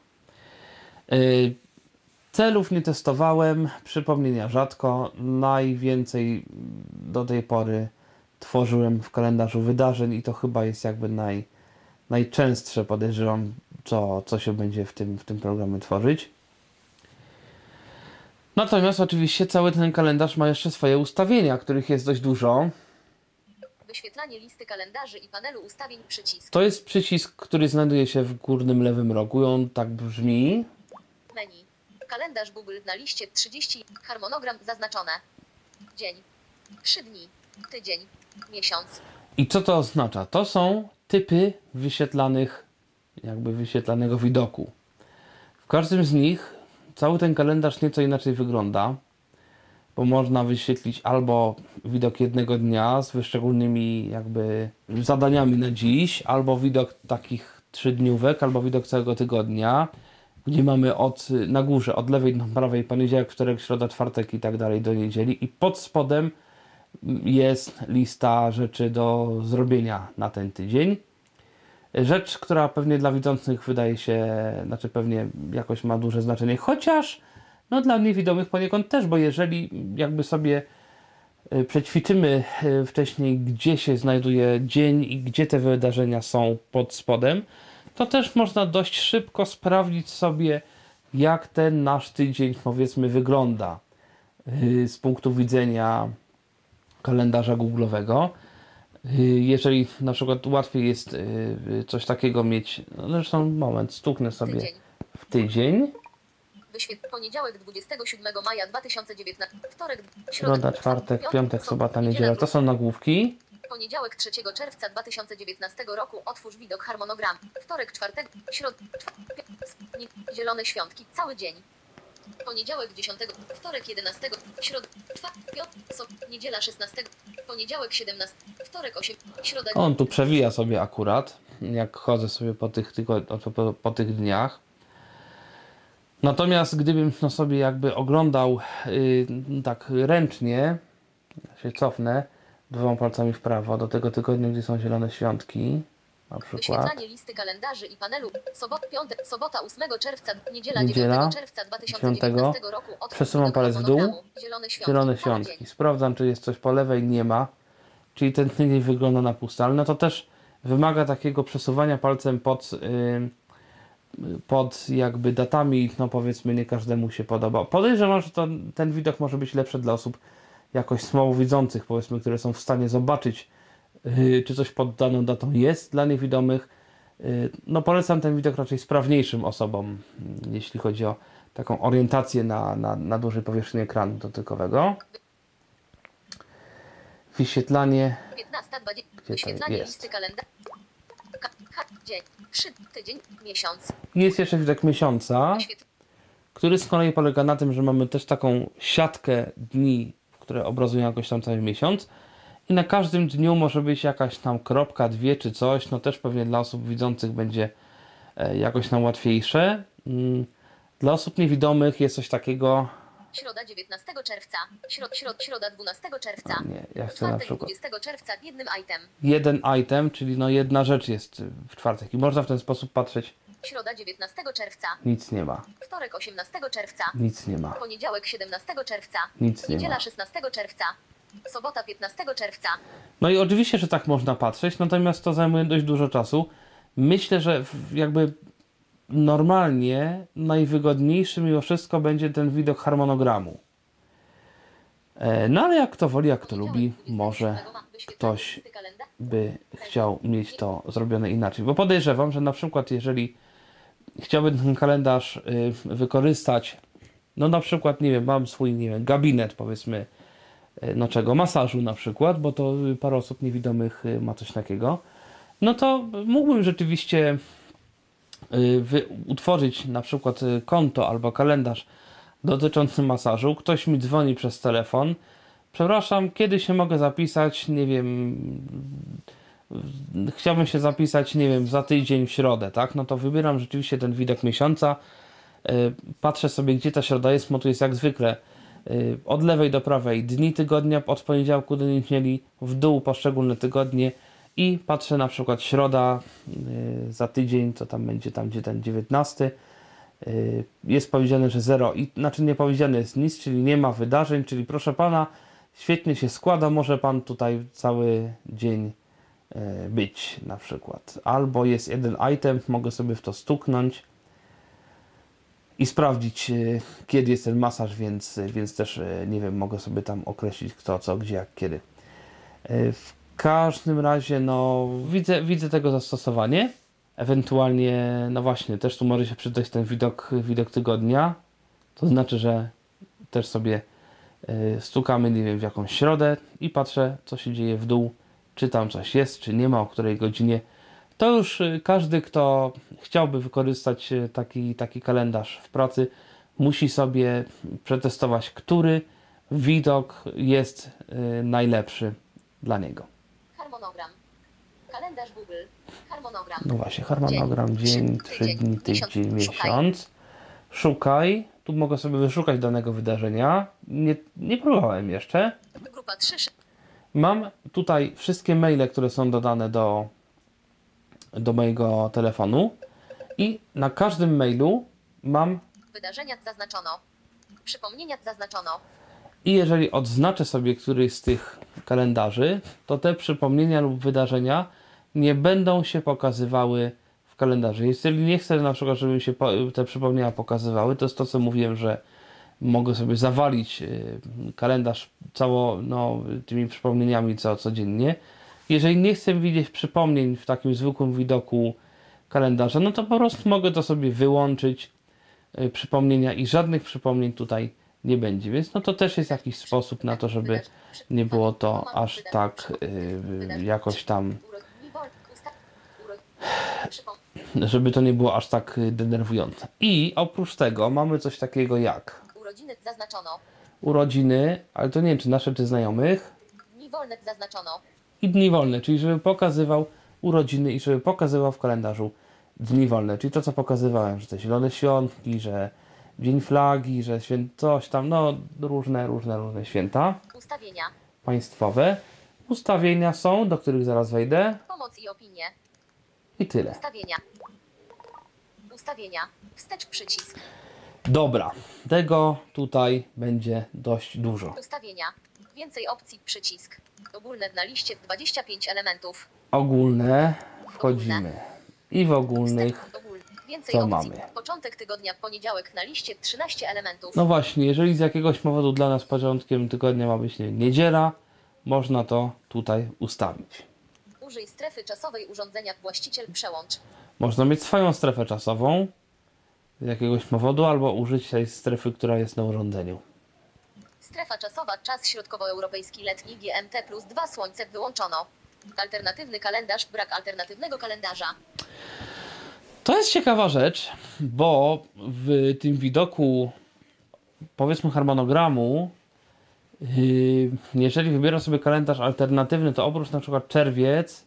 Celów nie testowałem, przypomnienia rzadko. Najwięcej do tej pory tworzyłem w kalendarzu wydarzeń i to chyba jest jakby najczęstsze, podejrzewam, co się będzie w tym programie tworzyć. Natomiast oczywiście cały ten kalendarz ma jeszcze swoje ustawienia, których jest dość dużo. Wyświetlanie listy kalendarzy i panelu ustawień przycisk. To jest przycisk, który znajduje się w górnym lewym rogu. On tak brzmi. Menu. Kalendarz Google na liście 30. Harmonogram zaznaczone. Dzień. 3 dni. Tydzień. Miesiąc. I co to oznacza? To są typy wyświetlanego widoku. W każdym z nich cały ten kalendarz nieco inaczej wygląda, bo można wyświetlić albo widok jednego dnia z wyszczególnionymi jakby zadaniami na dziś, albo widok takich 3-dniówek, albo widok całego tygodnia, gdzie mamy na górze, od lewej do prawej, poniedziałek, wtorek, środa, czwartek i tak dalej do niedzieli, i pod spodem jest lista rzeczy do zrobienia na ten tydzień. Rzecz, która pewnie dla widzących wydaje się, pewnie jakoś ma duże znaczenie, chociaż no dla niewidomych poniekąd też, bo jeżeli jakby sobie przećwiczymy wcześniej, gdzie się znajduje dzień i gdzie te wydarzenia są pod spodem, to też można dość szybko sprawdzić sobie, jak ten nasz tydzień, powiedzmy, wygląda z punktu widzenia kalendarza Google'owego. Jeżeli na przykład łatwiej jest coś takiego mieć, no zresztą moment, stuknę sobie Tydzień. w tydzień. Poniedziałek 27 maja 2019. Wtorek. Środa, czwartek, piątek, sobota, niedziela. To są nagłówki. Poniedziałek 3 czerwca 2019 roku. Otwórz widok harmonogram. Wtorek, czwartek, środa, zielone świątki, cały dzień. Poniedziałek 10, wtorek 11, środa, niedziela 16, poniedziałek 17, wtorek 8, środa. On tu przewija sobie akurat, jak chodzę sobie po tych dniach. Natomiast gdybym sobie jakby oglądał tak ręcznie, się cofnę 2 palcami w prawo do tego tygodnia, gdzie są zielone świątki, na przykład. Wyświetlanie listy kalendarzy i panelu. Sobota 8 czerwca, niedziela Niedziela 9 czerwca 2019 roku. Przesuwam palec w dół. Zielone cały świątki. dzień. Sprawdzam, czy jest coś po lewej, nie ma. Czyli ten tydzień wygląda na pusty, ale no to też wymaga takiego przesuwania palcem pod jakby datami, no powiedzmy nie każdemu się podoba. Podejrzewam, że ten widok może być lepszy dla osób jakoś słabowidzących, powiedzmy, które są w stanie zobaczyć, czy coś pod daną datą jest dla niewidomych. No polecam ten widok raczej sprawniejszym osobom, jeśli chodzi o taką orientację na dużej powierzchni ekranu dotykowego. Wyświetlanie. 15:20. Gdzie to Wyświetlanie jest? listy kalendarza. Dzień, 3, tydzień, miesiąc. Jest jeszcze widok miesiąca, Wyświetl- który z kolei polega na tym, że mamy też taką siatkę dni, które obrazują jakoś tam cały miesiąc. I na każdym dniu może być jakaś tam kropka, dwie czy coś. No też pewnie dla osób widzących będzie jakoś tam łatwiejsze. Dla osób niewidomych jest coś takiego. Środa 19 czerwca. Środa 12 czerwca. Nie, ja chcę na Czwartek przykład 20 czerwca jednym item. jeden item, czyli no jedna rzecz jest w czwartek i można w ten sposób patrzeć. Środa 19 czerwca. Nic nie ma, Wtorek 18 czerwca. nic nie ma, Poniedziałek 17 czerwca. nic nie Niedziela ma. 16 czerwca. Sobota 15 czerwca. No i oczywiście, że tak można patrzeć, natomiast to zajmuje dość dużo czasu. Myślę, że jakby normalnie najwygodniejszy mimo wszystko będzie ten widok harmonogramu. No ale jak kto woli, jak kto lubi, może ktoś by chciał mieć to zrobione inaczej. Bo podejrzewam, że na przykład jeżeli chciałbym ten kalendarz wykorzystać, no na przykład, nie wiem, mam swój, nie wiem, gabinet, powiedzmy, no czego, masażu na przykład, bo to parę osób niewidomych ma coś takiego, no to mógłbym rzeczywiście utworzyć na przykład konto albo kalendarz dotyczący masażu. Ktoś mi dzwoni przez telefon. Przepraszam, kiedy się mogę zapisać? Nie wiem. Chciałbym się zapisać, nie wiem, za tydzień w środę, tak? No to wybieram rzeczywiście ten widok miesiąca. Patrzę sobie, gdzie ta środa jest, bo tu jest jak zwykle od lewej do prawej dni tygodnia, od poniedziałku do niedzieli, w dół poszczególne tygodnie i patrzę na przykład środa za tydzień, co tam będzie, tam gdzie ten 19. Jest powiedziane, że 0 i znaczy nie powiedziane jest nic, czyli nie ma wydarzeń, czyli proszę pana, świetnie się składa, może pan tutaj cały dzień być na przykład. Albo jest jeden item, mogę sobie w to stuknąć i sprawdzić, kiedy jest ten masaż, więc też, nie wiem, mogę sobie tam określić kto, co, gdzie, jak, kiedy. W każdym razie, no, widzę tego zastosowanie. Ewentualnie, no właśnie, też tu może się przydać ten widok tygodnia. To znaczy, że też sobie stukamy, nie wiem, w jakąś środę i patrzę, co się dzieje w dół, czy tam coś jest, czy nie ma, o której godzinie. To już każdy, kto chciałby wykorzystać taki kalendarz w pracy, musi sobie przetestować, który widok jest najlepszy dla niego. Harmonogram. Kalendarz Google. Harmonogram. No właśnie, harmonogram, dzień, 3 dni, tydzień, miesiąc. Szukaj. Tu mogę sobie wyszukać danego wydarzenia. Nie próbowałem jeszcze. Grupa 3. Mam tutaj wszystkie maile, które są dodane do mojego telefonu i na każdym mailu mam Wydarzenia zaznaczono. Przypomnienia zaznaczono. i jeżeli odznaczę sobie któryś z tych kalendarzy, to te przypomnienia lub wydarzenia nie będą się pokazywały w kalendarzu. Jeżeli nie chcę na przykład, żeby mi się te przypomnienia pokazywały, to jest to, co mówiłem, że mogę sobie zawalić kalendarz tymi przypomnieniami codziennie. Jeżeli nie chcę widzieć przypomnień w takim zwykłym widoku kalendarza, no to po prostu mogę to sobie wyłączyć, przypomnienia i żadnych przypomnień tutaj nie będzie. Więc no to też jest jakiś sposób na to, żeby nie było to aż tak jakoś tam, żeby to nie było aż tak denerwujące. I oprócz tego mamy coś takiego jak Urodziny zaznaczono. urodziny, ale to nie wiem, czy nasze, czy znajomych, Dni wolne zaznaczono. i dni wolne, czyli żeby pokazywał urodziny i żeby pokazywał w kalendarzu dni wolne, czyli to, co pokazywałem, że te zielone świątki, że Dzień Flagi, że coś tam, no różne święta Ustawienia. państwowe. Ustawienia są, do których zaraz wejdę Pomoc i opinie. i tyle. Ustawienia. Ustawienia. Wstecz przycisk. Dobra, tego tutaj będzie dość dużo. Ustawienia. Więcej opcji przycisk. Ogólne na liście 25 elementów. Ogólne wchodzimy i w ogólnych Więcej Co opcji. mamy? Początek tygodnia, poniedziałek na liście 13 elementów. No właśnie, jeżeli z jakiegoś powodu dla nas początkiem tygodnia ma być niedziela, można to tutaj ustawić. Użyj strefy czasowej urządzenia. Właściciel przełącz. Można mieć swoją strefę czasową z jakiegoś powodu, albo użyć tej strefy, która jest na urządzeniu. Strefa czasowa. Czas środkowoeuropejski letni GMT plus 2 słońce wyłączono. Alternatywny kalendarz. Brak alternatywnego kalendarza. To jest ciekawa rzecz, bo w tym widoku, powiedzmy, harmonogramu, jeżeli wybieram sobie kalendarz alternatywny, to oprócz na przykład czerwiec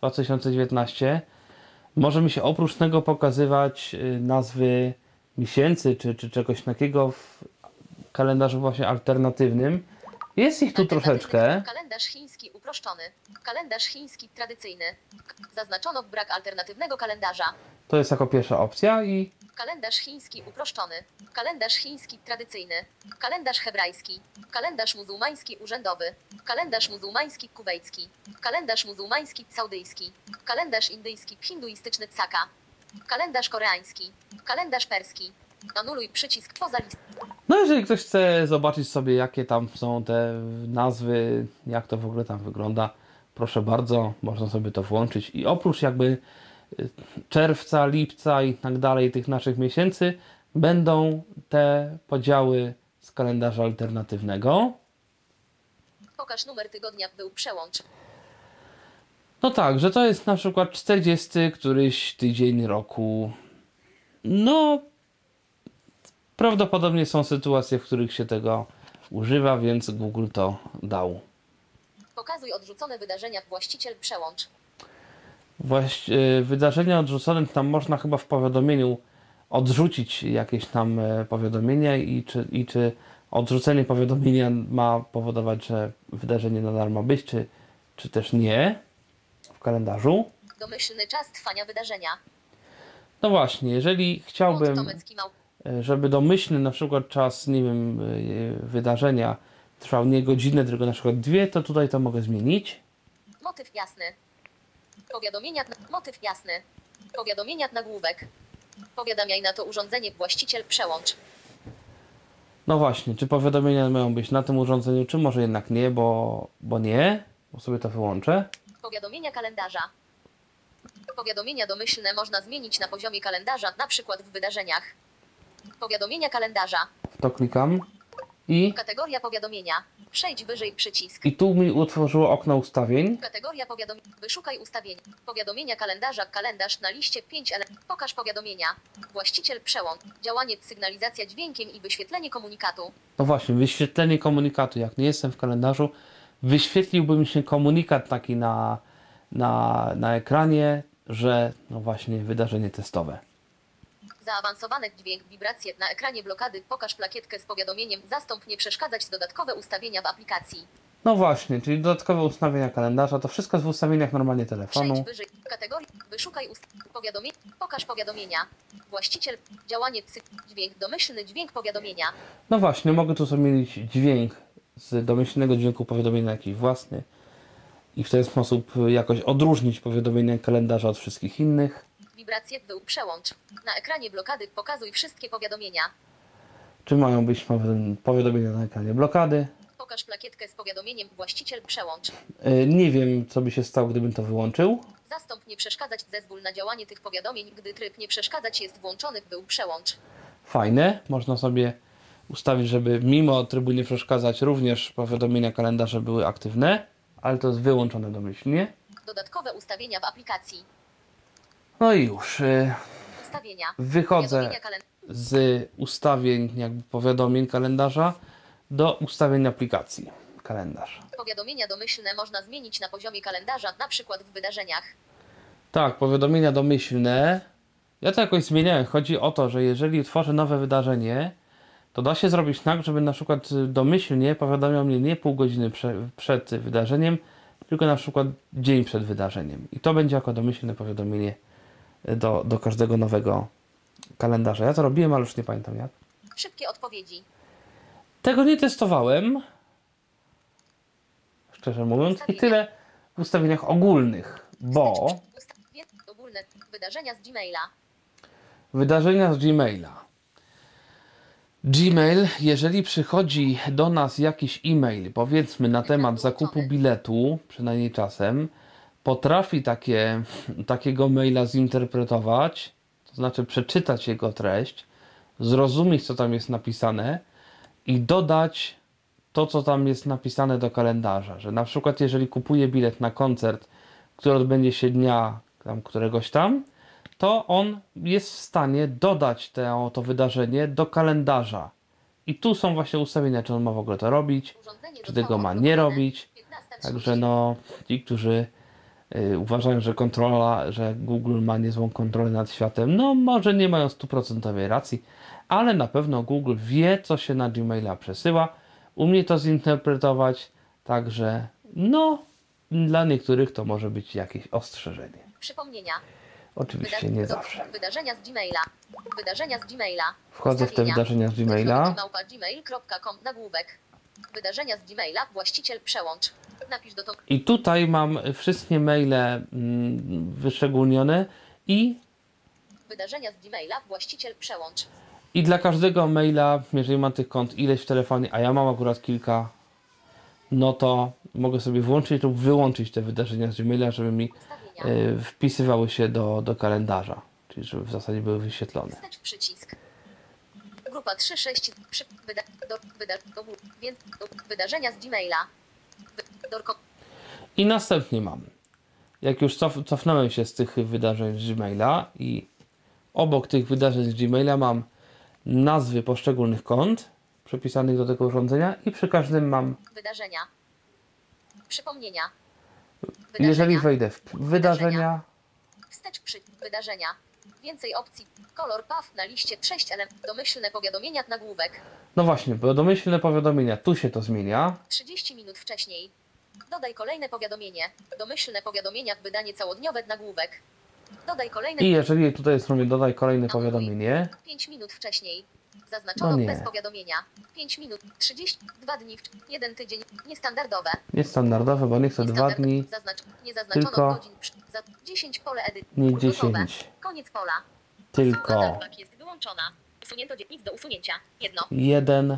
2019 może mi się oprócz tego pokazywać nazwy miesięcy czy czegoś takiego w kalendarzu właśnie alternatywnym. Jest ich tu troszeczkę. Kalendarz chiński uproszczony. Kalendarz chiński tradycyjny. Zaznaczono brak alternatywnego kalendarza. To jest jako pierwsza opcja i Kalendarz chiński uproszczony. Kalendarz chiński tradycyjny. Kalendarz hebrajski. Kalendarz muzułmański urzędowy. Kalendarz muzułmański kuwejski. Kalendarz muzułmański saudyjski. Kalendarz indyjski hinduistyczny Caka. Kalendarz koreański. Kalendarz perski. Anuluj przycisk poza list. no jeżeli ktoś chce zobaczyć sobie, jakie tam są te nazwy, jak to w ogóle tam wygląda, proszę bardzo, można sobie to włączyć i oprócz jakby czerwca, lipca i tak dalej, tych naszych miesięcy, będą te podziały z kalendarza alternatywnego. Pokaż numer tygodnia. Był przełącz. No tak, że to jest na przykład 40 któryś tydzień roku. No, prawdopodobnie są sytuacje, w których się tego używa, więc Google to dał. Pokazuj odrzucone wydarzenia. Właściciel przełącz. Wydarzenia odrzucone, tam można chyba w powiadomieniu odrzucić jakieś tam powiadomienia i czy odrzucenie powiadomienia ma powodować, że wydarzenie nadal ma być, czy też nie w kalendarzu. Domyślny czas trwania wydarzenia. No właśnie, jeżeli chciałbym, Tomecki mał. żeby domyślny na przykład czas, nie wiem, wydarzenia trwał nie godzinę, tylko na przykład 2, to tutaj to mogę zmienić. Motyw jasny. Powiadomienia. Motyw jasny. Powiadomienia nagłówek. Powiadamiaj na to urządzenie. Właściciel przełącz. No właśnie, czy powiadomienia mają być na tym urządzeniu, czy może jednak nie, bo nie, bo sobie to wyłączę. Powiadomienia kalendarza. Powiadomienia domyślne można zmienić na poziomie kalendarza, na przykład w wydarzeniach. Powiadomienia kalendarza. W to klikam i Kategoria powiadomienia. Przejdź wyżej przycisk. tu mi utworzyło okno ustawień. Kategoria powiadomień. Wyszukaj ustawienia. Powiadomienia kalendarza. Kalendarz na liście 5 elementów. Pokaż powiadomienia. Właściciel przełącz. Działanie sygnalizacja dźwiękiem i wyświetlenie komunikatu. No właśnie, wyświetlenie komunikatu. Jak nie jestem w kalendarzu, wyświetliłby mi się komunikat taki na ekranie, że no właśnie wydarzenie testowe. Zaawansowany dźwięk, wibracje na ekranie blokady. Pokaż plakietkę z powiadomieniem. Zastąp nie przeszkadzać. Dodatkowe ustawienia w aplikacji. No właśnie, czyli dodatkowe ustawienia kalendarza, to wszystko jest w ustawieniach normalnie telefonu. Przejdź wyżej. Kategorii. Wyszukaj powiadomienia. Pokaż powiadomienia. Właściciel. Działanie dźwięk. Domyślny dźwięk powiadomienia. No właśnie, mogę tu sobie mieć dźwięk z domyślnego dźwięku powiadomienia jakiś własny i w ten sposób jakoś odróżnić powiadomienia kalendarza od wszystkich innych. Wibracje. Był przełącz. Na ekranie blokady pokazuj wszystkie powiadomienia. Czy mają być powiadomienia na ekranie blokady? Pokaż plakietkę z powiadomieniem. Właściciel przełącz. Nie wiem, co by się stało, gdybym to wyłączył. Zastąp nie przeszkadzać. Zezwól na działanie tych powiadomień, gdy tryb nie przeszkadzać jest włączony. Był przełącz. Fajne. Można sobie ustawić, żeby mimo trybu nie przeszkadzać również powiadomienia kalendarza były aktywne, ale to jest wyłączone domyślnie. Dodatkowe ustawienia w aplikacji. No i już. Ustawienia. Wychodzę Powiadomienia z ustawień jakby powiadomień kalendarza do ustawień aplikacji kalendarz. Powiadomienia domyślne można zmienić na poziomie kalendarza, na przykład w wydarzeniach. Tak, powiadomienia domyślne. Ja to jakoś zmieniałem. Chodzi o to, że jeżeli tworzę nowe wydarzenie, to da się zrobić tak, żeby na przykład domyślnie powiadamiał mnie nie pół godziny przed wydarzeniem, tylko na przykład dzień przed wydarzeniem. I to będzie jako domyślne powiadomienie do każdego nowego kalendarza. Ja to robiłem, ale już nie pamiętam jak. Szybkie odpowiedzi. Tego nie testowałem, szczerze mówiąc, i tyle w ustawieniach ogólnych, bo Ogólne wydarzenia z Gmaila. Wydarzenia z Gmaila. Gmail, jeżeli przychodzi do nas jakiś e-mail, powiedzmy na temat zakupu biletu, przynajmniej czasem, potrafi takiego maila zinterpretować, to znaczy przeczytać jego treść, zrozumieć, co tam jest napisane i dodać to, co tam jest napisane do kalendarza. Że na przykład, jeżeli kupuję bilet na koncert, który odbędzie się dnia tam któregoś tam, to on jest w stanie dodać to wydarzenie do kalendarza. I tu są właśnie ustawienia, czy on ma w ogóle to robić, czy tego ma nie robić. Także no, ci, którzy uważają, że Google ma niezłą kontrolę nad światem, no może nie mają 100% racji, ale na pewno Google wie, co się na Gmaila przesyła, umie to zinterpretować, także no, dla niektórych to może być jakieś ostrzeżenie. Przypomnienia. Oczywiście nie zawsze. Wydarzenia z Gmaila. Wydarzenia z Gmaila. Wchodzę w te wydarzenia z Gmaila. gmail.com nagłówek. Wydarzenia z Gmaila. Właściciel przełącz. Napisz do to. I tutaj mam wszystkie maile wyszczególnione i Wydarzenia z Gmaila. Właściciel przełącz. dla każdego maila, jeżeli mam tych kont ileś w telefonie, a ja mam akurat kilka, no to mogę sobie włączyć lub wyłączyć te wydarzenia z Gmaila, żeby mi wpisywały się do kalendarza, czyli żeby w zasadzie były wyświetlone. Wstecz przycisk. Grupa 3.6. Wydarzenia z Gmaila. I następnie mam, jak już cofnąłem się z tych wydarzeń z Gmaila i obok tych wydarzeń z Gmaila mam nazwy poszczególnych kont przypisanych do tego urządzenia i przy każdym mam wydarzenia. Przypomnienia. Jeżeli wejdę w wydarzenia, wstecz wydarzenia. Więcej opcji. Kolor PAW na liście 6 elementów. Domyślne powiadomienia nagłówek. no właśnie, bo domyślne powiadomienia, tu się to zmienia. 30 minut wcześniej. Dodaj kolejne powiadomienie. Domyślne powiadomienia wydanie całodniowe nagłówek. Dodaj kolejne. I jeżeli tutaj jest dodaj kolejne powiadomienie. 5 minut wcześniej. Zaznaczono No bez powiadomienia. 5 minut, 32 dni, 1 tydzień, niestandardowe. Niestandardowe, bo nie chcę 2 dni, Nie zaznaczono tylko godzin. 10 pole edycji. nie Gotowe. 10, Koniec pola. tylko Talkback jest wyłączona. Usunięto nic do usunięcia. 1.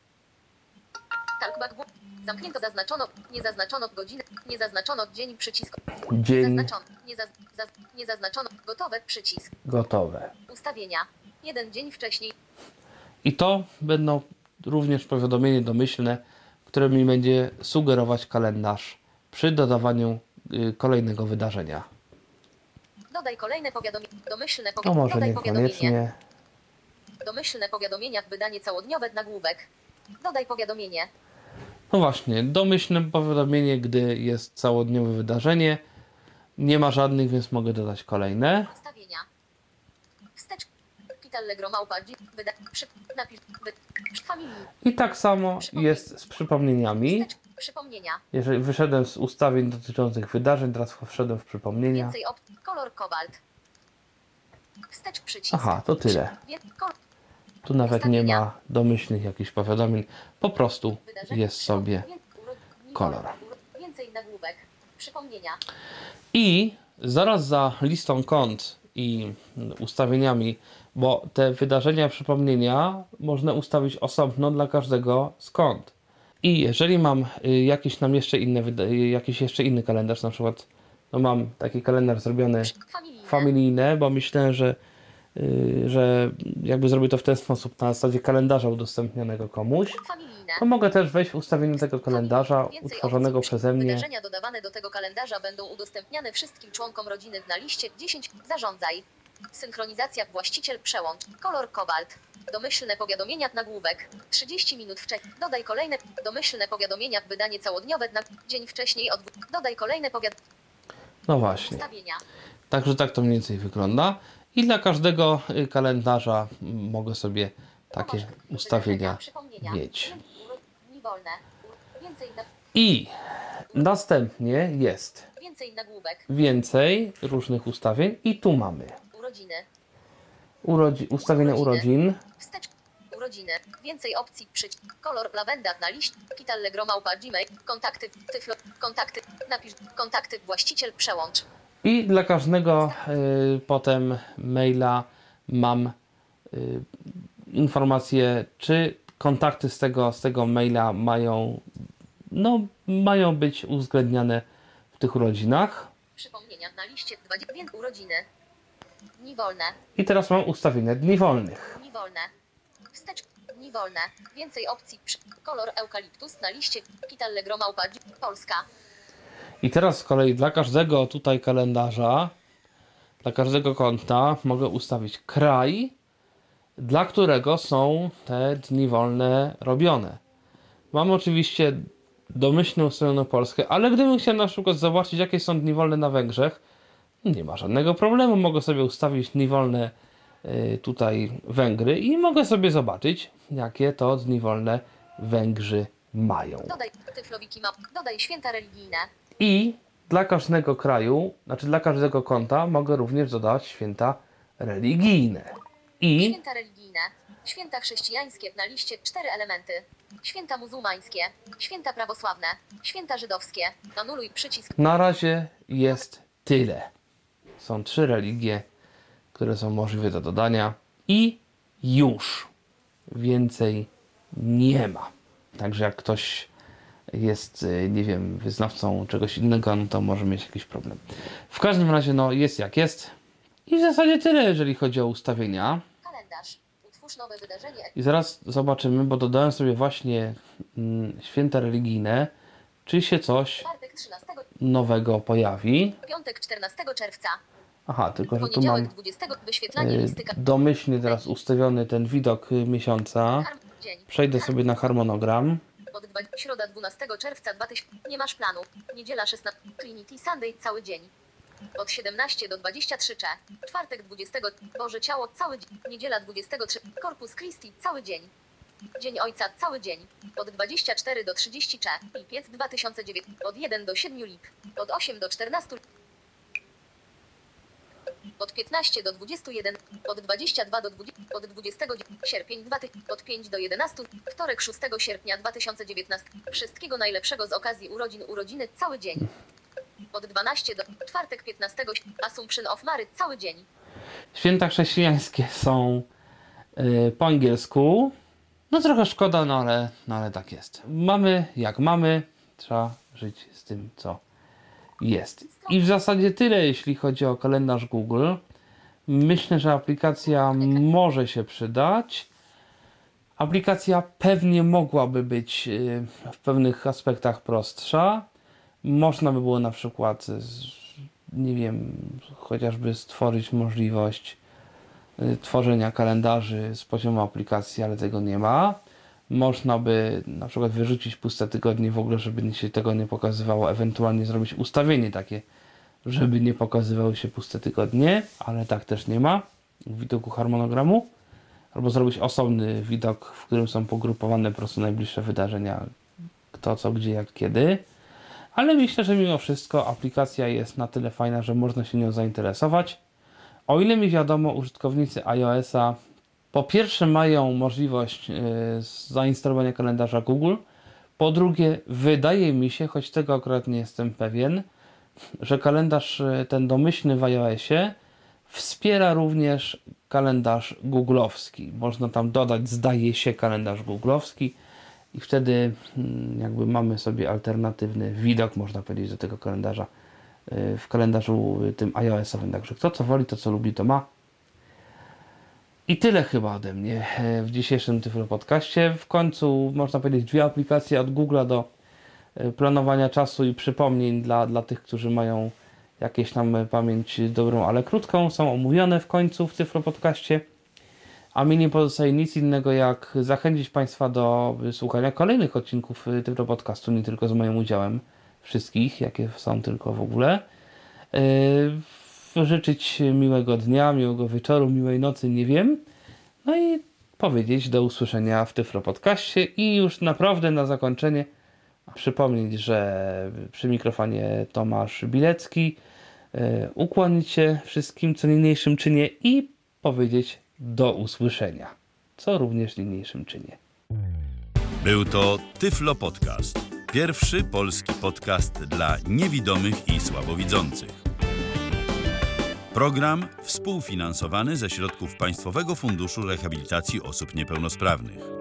Talkback zamknięto, nie zaznaczono godziny, nie zaznaczono dzień, przycisk. Dzień, Nie zaznaczono gotowe, przycisk. gotowe. Ustawienia. 1 dzień wcześniej. I to będą również powiadomienie domyślne, które mi będzie sugerować kalendarz przy dodawaniu kolejnego wydarzenia. Dodaj kolejne powiadomienie. Domyślne No może dodaj powiadomienie. niekoniecznie. Domyślne powiadomienia, wydanie całodniowe nagłówek. Dodaj powiadomienie. No właśnie, domyślne powiadomienie, gdy jest całodniowe wydarzenie. Nie ma żadnych, więc mogę dodać kolejne. Ustawienia. Wstecz. Allegro małpa. Napisz. Familii. I tak samo jest z przypomnieniami. Przypomnienia. Jeżeli wyszedłem z ustawień dotyczących wydarzeń, teraz wszedłem w przypomnienia. Więcej kolor kobalt. Wstecz przycisk. Aha, to tyle. Tu nawet nie ma domyślnych jakichś powiadomień. Po prostu jest sobie kolor. Więcej nagłówek. Przypomnienia. I zaraz za listą kont i ustawieniami, bo te wydarzenia, przypomnienia można ustawić osobno dla każdego z kont. I jeżeli mam jakiś jeszcze inny kalendarz, na przykład no mam taki kalendarz zrobiony familijny, bo myślę, że jakby zrobię to w ten sposób, na zasadzie kalendarza udostępnionego komuś, to mogę też wejść w ustawienie tego kalendarza utworzonego przeze mnie. Wydarzenia dodawane do tego kalendarza będą udostępniane wszystkim członkom rodziny na liście 10. Zarządzaj. Synchronizacja. Właściciel przełącz. Kolor kobalt. Domyślne powiadomienia nagłówek. 30 minut wcześniej. Dodaj kolejne domyślne powiadomienia. Wydanie całodniowe na dzień wcześniej. Dodaj kolejne powiadomienia. No właśnie. Ustawienia. Także tak to mniej więcej wygląda. I dla każdego kalendarza mogę sobie takie ustawienia mieć. I następnie jest więcej różnych ustawień i tu mamy ustawienia urodzin. Urodziny. Więcej opcji. Kolor lawenda na liście. Allegro małpa Gmail. Kontakty. Tyflo. Kontakty. Napisz. Kontakty. Właściciel przełącz. I dla każdego potem maila mam informację, czy kontakty z tego maila mają być uwzględniane w tych urodzinach. Przypomnienia na liście 20 urodziny. Dni wolne. I teraz mam ustawienia dni wolnych. Dni wolne. Wstecz. Dni wolne. Więcej opcji. Kolor eukaliptus na liście. Kit Allegro Małpa Polska. I teraz z kolei dla każdego tutaj kalendarza, dla każdego konta mogę ustawić kraj, dla którego są te dni wolne robione. Mam oczywiście domyślnie ustawioną Polskę, ale gdybym chciał na przykład zobaczyć, jakie są dni wolne na Węgrzech, nie ma żadnego problemu. Mogę sobie ustawić dni wolne tutaj Węgry i mogę sobie zobaczyć, jakie to dni wolne Węgrzy mają. Dodaj Tyflowiki map. Dodaj święta religijne. I dla każdego kraju, znaczy dla każdego konta mogę również dodać święta religijne. I Święta religijne. Święta chrześcijańskie na liście 4 elementy. Święta muzułmańskie. Święta prawosławne. Święta żydowskie. Anuluj przycisk. na razie jest tyle. Są 3 religie, które są możliwe do dodania i już. Więcej nie ma. Także jak ktoś jest, nie wiem, wyznawcą czegoś innego, no to może mieć jakiś problem. W każdym razie, no jest jak jest. I w zasadzie tyle, jeżeli chodzi o ustawienia. Kalendarz. Utwórz nowe wydarzenie. I zaraz zobaczymy, bo dodałem sobie właśnie święta religijne, czy się coś Czwartek 13. nowego pojawi. Piątek 14 czerwca. Aha, tylko że tu Poniedziałek mam 20. Wyświetlanie listy. domyślnie teraz ustawiony ten widok miesiąca. Dzień. Przejdę sobie na harmonogram. Środa 12 czerwca 2000. Nie masz planu. Niedziela 16. Trinity Sunday cały dzień. Od 17 do 23 cze. Czwartek 20. Boże Ciało cały dzień. Niedziela 23. Corpus Christi cały dzień. Dzień Ojca cały dzień. Od 24 do 30 cze. Lipiec 2009. Od 1 do 7 lip. Od 8 do 14. Od 15 do 21, od 22 do 20, od 20 sierpień 2000, od 5 do 11, wtorek 6 sierpnia 2019. Wszystkiego najlepszego z okazji urodziny cały dzień. Od 12 do czwartek 15 Assumption of Mary cały dzień. Święta chrześcijańskie są po angielsku. No trochę szkoda, no ale tak jest. Mamy jak mamy. Trzeba żyć z tym, co jest. I w zasadzie tyle, jeśli chodzi o kalendarz Google. Myślę, że aplikacja może się przydać. Aplikacja pewnie mogłaby być w pewnych aspektach prostsza. Można by było na przykład, nie wiem, chociażby stworzyć możliwość tworzenia kalendarzy z poziomu aplikacji, ale tego nie ma. Można by na przykład wyrzucić puste tygodnie w ogóle, żeby się tego nie pokazywało, ewentualnie zrobić ustawienie takie, żeby nie pokazywały się puste tygodnie, ale tak też nie ma w widoku harmonogramu. Albo zrobić osobny widok, w którym są pogrupowane po prostu najbliższe wydarzenia, kto, co, gdzie, jak, kiedy. Ale myślę, że mimo wszystko aplikacja jest na tyle fajna, że można się nią zainteresować. O ile mi wiadomo, użytkownicy iOS-a po pierwsze mają możliwość zainstalowania kalendarza Google. Po drugie, wydaje mi się, choć tego akurat nie jestem pewien, że kalendarz ten domyślny w iOSie wspiera również kalendarz googlowski. Można tam dodać, zdaje się, kalendarz googlowski i wtedy jakby mamy sobie alternatywny widok, można powiedzieć, do tego kalendarza w kalendarzu tym iOS-owym. Także kto co woli, to co lubi, to ma. I tyle chyba ode mnie w dzisiejszym Tyflo Podcaście. W końcu można powiedzieć 2 aplikacje od Google'a do planowania czasu i przypomnień dla tych, którzy mają jakieś tam pamięć dobrą, ale krótką, są omówione w końcu w Tyflo Podcaście. A mi nie pozostaje nic innego, jak zachęcić Państwa do słuchania kolejnych odcinków Tyflo Podcastu, nie tylko z moim udziałem, wszystkich, jakie są tylko w ogóle. Życzyć miłego dnia, miłego wieczoru, miłej nocy, nie wiem. No i powiedzieć do usłyszenia w Tyflo Podcaście i już naprawdę na zakończenie przypomnieć, że przy mikrofonie Tomasz Bilecki, ukłonić się wszystkim, co niniejszym czynię i powiedzieć do usłyszenia, co również niniejszym czynię. Był to Tyflo Podcast. Pierwszy polski podcast dla niewidomych i słabowidzących. Program współfinansowany ze środków Państwowego Funduszu Rehabilitacji Osób Niepełnosprawnych.